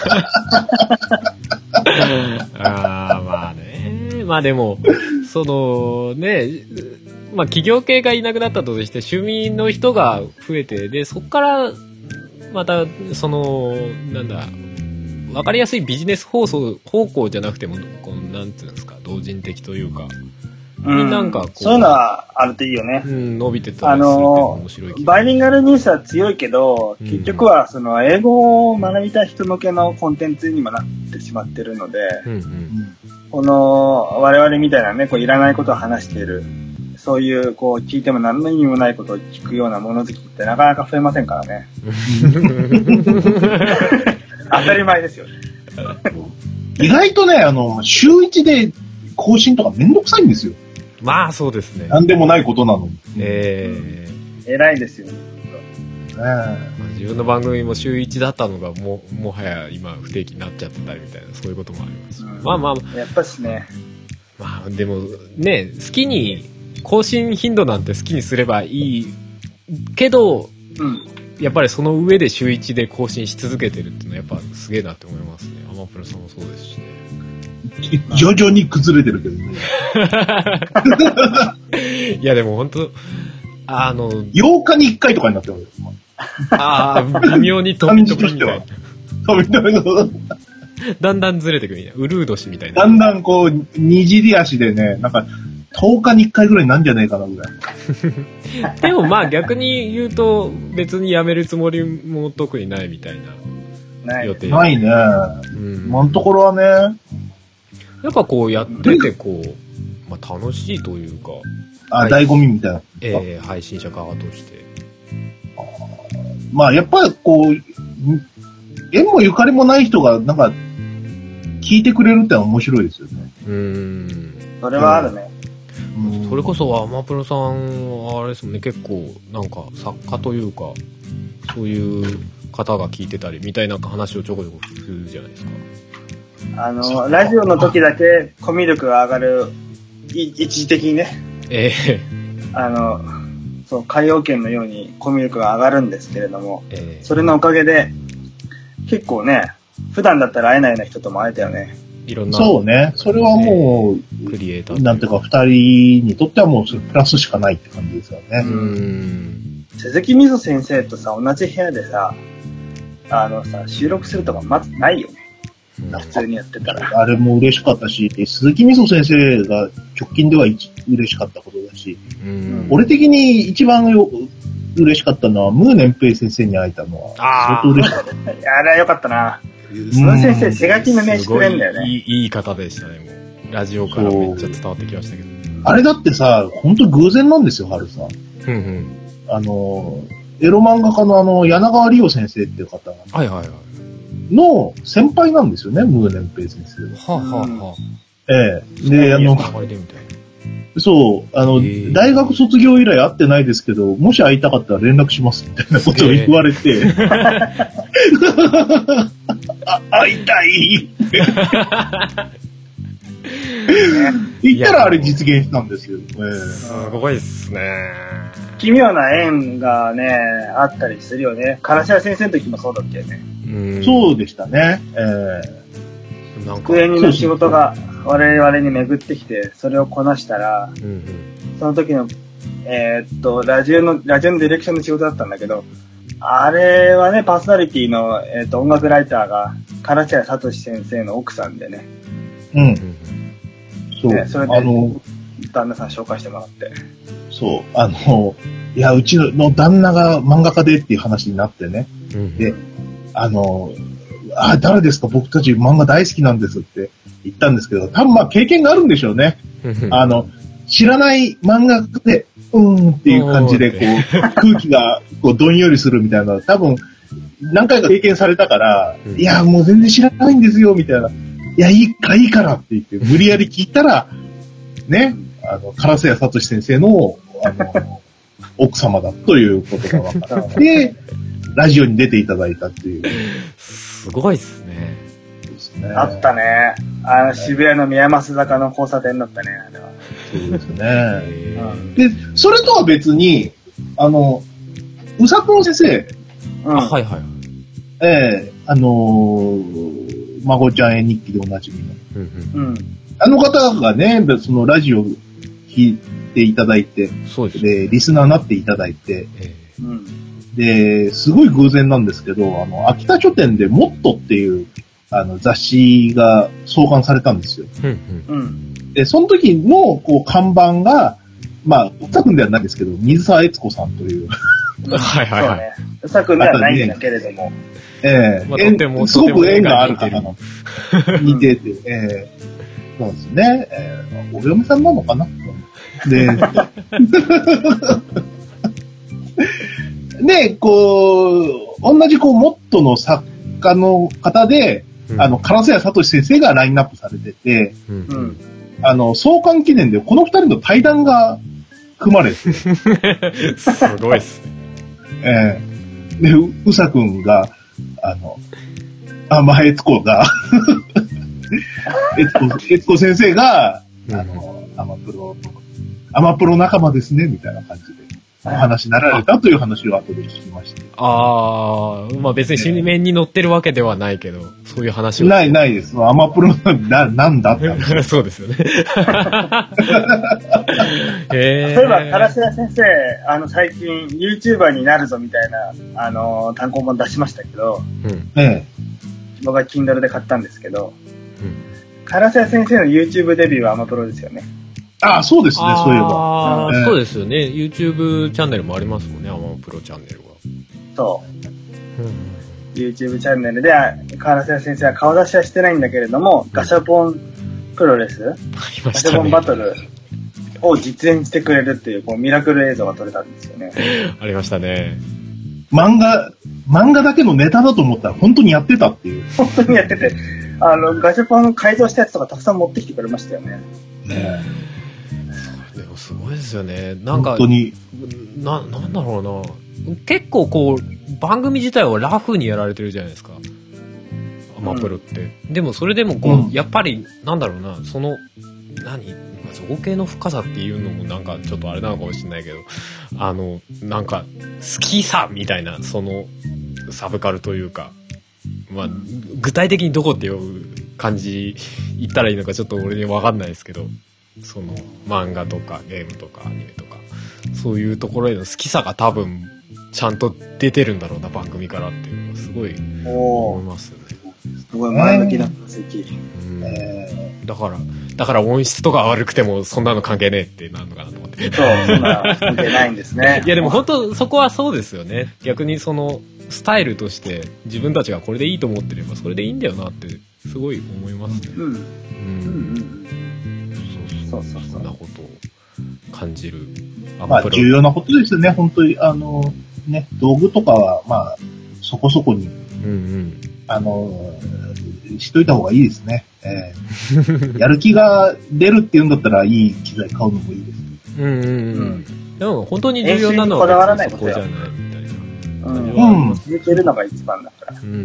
あーまあね、まあでもそのね、まあ企業系がいなくなったとして趣味の人が増えて、でそこからまたそのなんだ分かりやすいビジネス放送方向じゃなくてもこうなんていうんですか、同人的というか、 うん、なんかこうそういうのはあるといいよね。 うん、伸びてたりすると面白い気が。 バイリンガルニュースは強いけど、結局はその英語を学びたい人向けのコンテンツにもなってしまってるので、うんうん、この我々みたいなね、こういらないことを話している、そういうこう聞いても何の意味もないことを聞くような物好きってなかなか増えませんからね。当たり前ですよね。 意外とね、あの、週一で更新とかめんどくさいんですよ。 まあそうですね。 なんでもないことなのに。 えー、偉いですよね。ね、 まあ、自分の番組も週一だったのがももはや今不定期になっちゃってたりみたいな、そういうこともあります、うん、まあまあやっぱしね、 まあでもね、好きに更新頻度なんて好きにすればいいけど、うん、やっぱりその上で週一で更新し続けてるっていうのはやっぱすげえなって思いますね。アマプロさんもそうですしね。 徐々に崩れてるけどね。 いやでも本当あのようかにいっかいとかになってる。 ああ、微妙に飛び飛びみたいな。 飛び飛びの。 だんだんずれてくるみたいな。うるう年みたいな。 だんだんこうにじり足でね、なんかとおかにいっかいぐらいなんじゃないかなぐらい。でもまあ逆に言うと別にやめるつもりも特にないみたいな予定。 ないね。うん、今のところはね。 やっぱこうやっててこう、まあ、楽しいというか。 あ、醍醐味みたいな。 えー、配信者側として。 まあやっぱりこう、縁もゆかりもない人がなんか聞いてくれるってのは面白いですよね。 うーん。それはあるね。 うん、それこそアマプロさんはあれですもんね、結構なんか作家というかそういう方が聞いてたりみたいな話をちょこちょこするじゃないですか。 あのラジオの時だけコミュ力が上がる、一時的にね。ええー。あのそう海洋圏のようにコミュ力が上がるんですけれども、えー、それのおかげで結構ね、普段だったら会えないような人とも会えたよね。 いろんな。 そうね。それはもう、クリエイター。なんていうか、二人にとってはもうプラスしかないって感じですよね。うん。 鈴木みぞ先生とさ、同じ部屋でさ、あのさ、収録するとかまずないよね。普通にやってたら。 あれも嬉しかったし、鈴木みぞ先生が直近では嬉しかったことだし、うん、俺的に一番よ嬉しかったのは、ムーネンペイ先生に会えたのは、相当嬉しかった。 あれはよかったな。その先生、手書きの名刺くれんだよね。 いい、いい方でしたね、もう。ラジオからめっちゃ伝わってきましたけど。 あれだってさ、ほんと偶然なんですよ、ハルさん。うんうん。あの、 エロ漫画家のあの、柳川理央先生っていう方が、 はいはいはい。 の先輩なんですよね、ムーネンペイ先生はあ、はあはあ、 ええ。で、あの、そう、あの、大学卒業以来会ってないですけど、もし会いたかったら連絡しますみたいなことを言われて、あ会いたい言ったらあれ実現したんですよ。えー、 すごいっすね。 奇妙な縁がね、あったりするよね。唐沢先生の時もそうだったよね。 うんそうでしたね。えー、なんか机にの仕事が我々に巡ってきて、それをこなしたら、うんうん、その時の、えー、っと、ラジオの、ラジオのディレクションの仕事だったんだけど、あれはね、パーソナリティの、えー、っと、音楽ライターが、唐沢聡先生の奥さんでね。 うん。そう。 ね、それで、あの、旦那さん紹介してもらって。 そう。あの、いや、うちの旦那が漫画家でっていう話になってね。うん、で、あの、あ、誰ですか僕たち漫画大好きなんですって言ったんですけど、多分まあ経験があるんでしょうね。あの、知らない漫画家で、うーんっていう感じで、こう、空気がこうどんよりするみたいな、多分、何回か経験されたから、うん、いや、もう全然知らないんですよ、みたいな。いや、いいか、いいからって言って、無理やり聞いたら、ね、あの、唐瀬谷聡先生の、あの、奥様だということが分かって、ラジオに出ていただいたっていう。 すごいっすね。 ですね。あったね。あの、渋谷の宮益坂の交差点だったね、あれは。 そうですね。うん、で、それとは別に、あの、うさくん先生。 うん、はいはい。 ええー、あのー、まごちゃん絵日記でおなじみの。うんうん、あの方がね、そのラジオ聞いていただいて、 そうですで、リスナーになっていただいて、えー、うんで、すごい偶然なんですけど、あの、秋田書店でモットっていう、あの、雑誌が創刊されたんですよ。うんうん、で、その時の、こう、看板が、まあ、うさくんではないですけど、水沢悦子さんという。 はいはいはい。 うさくんではないんだけれども。 ええーまあ、とてもすごく縁がある方の。似てて、ええー、そうですね。えー、お嫁さんなのかなで、で、こう、同じこう、モットの作家の方で、うん、あの、唐瀬谷聡先生がラインナップされてて、うん、あの、創刊記念でこの二人の対談が組まれて。すごいっすね。 ええー、で、う、うさくんが、あの、あ、まあ、えつこが、えつこ、えつこ先生が、あの、アマプロ、アマプロ仲間ですね、みたいな感じで。お話になられたという話を後で聞きました。 ああ、まあ別に紙面に載ってるわけではないけど、そういう話を。 ない、ないです。アマプロな、なんだって話。 そうですよね。 例えば、唐瀬谷先生、あの、最近 YouTuber になるぞみたいな、あの、単行本出しましたけど、うん、ええ、僕は Kindle で買ったんですけど、うん、唐瀬谷先生の YouTube デビューはアマプロですよね。 ああ、そうですね、そういえば。 ああ、えー、そうですよね。YouTube チャンネルもありますもんね、アマプロチャンネルは。 そう。うん、YouTube チャンネルで、唐瀬谷先生は顔出しはしてないんだけれども、うん、ガシャポンプロレス、 ありましたね、 ガシャポンバトルを実演してくれるっていう、こうミラクル映像が撮れたんですよね。 ありましたね。 漫画、漫画だけのネタだと思ったら本当にやってたっていう。 本当にやってて、あの、ガシャポンの改造したやつとかたくさん持ってきてくれましたよね。ねでもすごいですよね。なんか、 本当に。 な、なんだろうな。結構こう、番組自体はラフにやられてるじゃないですか。アマプロって。うん、でもそれでもこう、うん、やっぱり、なんだろうな、その、何造形の深さっていうのもなんかちょっとあれなのかもしれないけど、あの、なんか、好きさみたいな、その、サブカルというか、まあ、具体的にどこっていう感じ言ったらいいのかちょっと俺に分かんないですけど、その漫画とかゲームとかアニメとかそういうところへの好きさが多分ちゃんと出てるんだろうな番組からっていうのがすごい思いますよね。 すごい前向きな分析。 うん、だからだから音質とか悪くてもそんなの関係ねえってなるのかなと思って。 そう、そんな関係ないんですね。 いやでも本当そこはそうですよね。逆にそのスタイルとして自分たちがこれでいいと思ってればそれでいいんだよなってすごい思いますね。うん。うん。うん。そうそうそう。そんなことを感じる。 まあ重要なことですよね。本当にあのね、道具とかは、まあ、そこそこに、 うんうん、 あの、しといた方がいいですね。えー、やる気が出るっていうんだったら、いい機材買うのもいいです。 うんうんうん。でも、本当に重要なのはそこじゃないみたいな。 うん。続けるのが一番だから。うん。うん。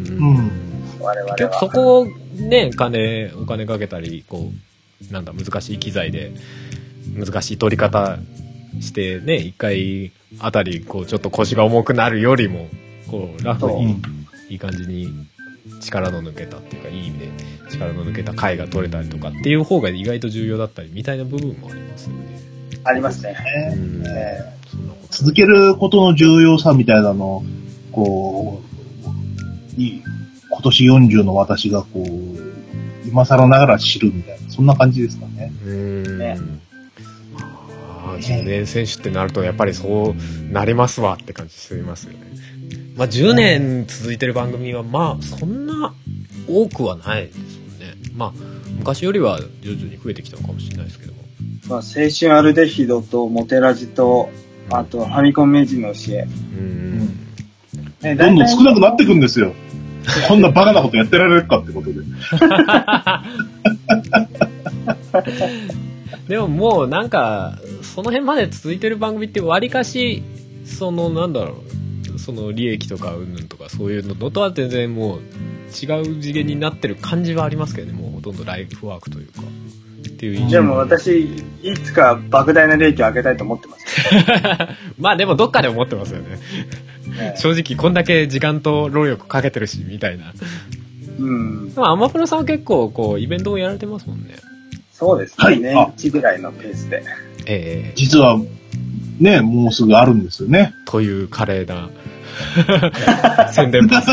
我々は。 結局そこをね、金、お金かけたり、こう、なんだ、難しい機材で、難しい取り方してね、一回あたり、こう、ちょっと腰が重くなるよりも、こう、ラフに、いい感じに力の抜けたっていうか、いい意味で力の抜けた回が取れたりとかっていう方が意外と重要だったりみたいな部分もありますよね。 ありますね。 うんえー、続けることの重要さみたいなのを、こう、いい今年よんじゅうの私がこう、今更ながら知るみたいな、そんな感じですかね。 うーん。ね、ああ、じゅうねん選手ってなるとやっぱりそうなりますわって感じしますよね。まあじゅうねん続いてる番組はまあそんな多くはないですもんね。まあ昔よりは徐々に増えてきたのかもしれないですけども。 まあ青春アルデヒドとモテラジと、あとファミコン名人の教え。うん。 ね、どんどん少なくなっていくんですよ。こんなバカなことやってられるかってことで。 でももうなんかその辺まで続いてる番組ってわりかしそのなんだろうその利益とかうんぬんとかそういうのとは全然もう違う次元になってる感じはありますけどね。もうほとんどライフワークというかっていう印象。 でも私いつか莫大な利益を上げたいと思ってます。 まあでもどっかで思ってますよね。正直こんだけ時間と労力かけてるしみたいな。うん。でもアマプロさんは結構こうイベントをやられてますもんね。 そうですね。はい、年一ぐらいのペースで。 ええー。実はねもうすぐあるんですよね。 という華麗な宣伝パス。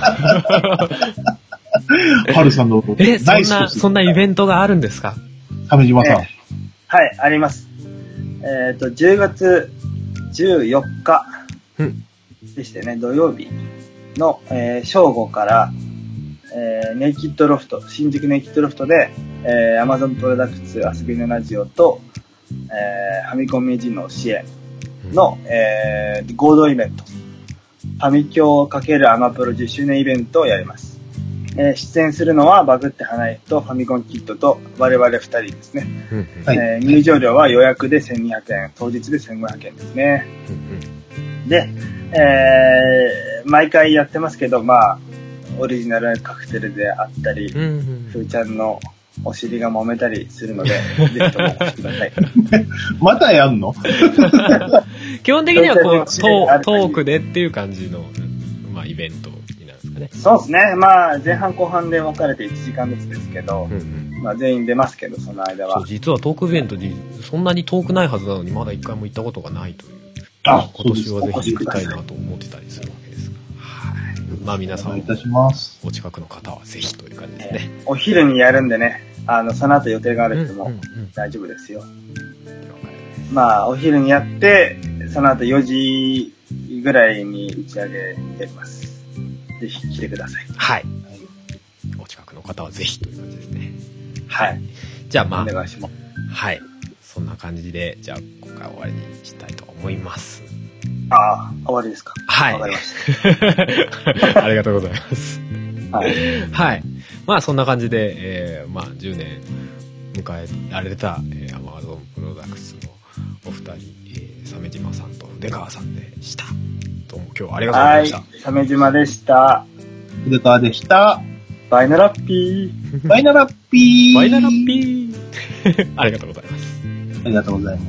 ハルさんのえそんなそんなイベントがあるんですか。 鮫島さん、えー。 はいあります。えっ、ー、とじゅうがつじゅうよっか。うんでしてね、土曜日の、えー、正午から、えー、ネイキッドロフト、新宿ネイキッドロフトで、えー、Amazon プロダクツ遊びのラジオと、えー、ファミコン名人の教えの、うんえー、合同イベント、ファミ教×アマプロじゅっしゅうねんイベントをやります。えー、出演するのはバグって花井とファミコンキットと我々ふたりですね。うんはいえー、入場料は予約でせんにひゃくえん、当日でせんごひゃくえんですね。うん、で、えー、毎回やってますけど、まあ、オリジナルカクテルであったり、うんうん、ふーちゃんのお尻が揉めたりするので、ぜひともお越しください。 またやんの基本的にはこうト、トークでっていう感じの、まあ、イベントになるんですかね。 そうですね。まあ、前半後半で分かれていちじかんずつですけど、うんうんまあ、全員出ますけど、その間は。そう実はトークイベントにそんなに遠くないはずなのに、まだ一回も行ったことがないという。あ今年はぜひ行きたいなと思ってたりするわけですが、はい。まあ皆さんお近くの方はぜひという感じですね。 えー、お昼にやるんでね、あのその後予定がある人も大丈夫ですよ。うんうんうん、まあお昼にやってその後よじぐらいに打ち上げやります。ぜひ来てください。 はい。お近くの方はぜひという感じですね。 はい。 じゃあまあお願いします。 はい。そんな感じで、じゃあ今回終わりにしたいと思います。 ああ、終わりですか。 はい。 わかりました。 ありがとうございます。はい。はい。まあそんな感じで、えー、まあじゅうねん迎えられた、えー、Amazon プロダクツのお二人、えー、鮫島さんと出川さんでした。どうも今日はありがとうございました。はい。 鮫島でした。 出川でした。 バイナラッピー。 バイナラッピー。 バイナラッピー。ありがとうございます。 ありがとうございます。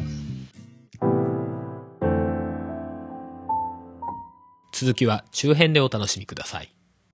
続きは中編でお楽しみください。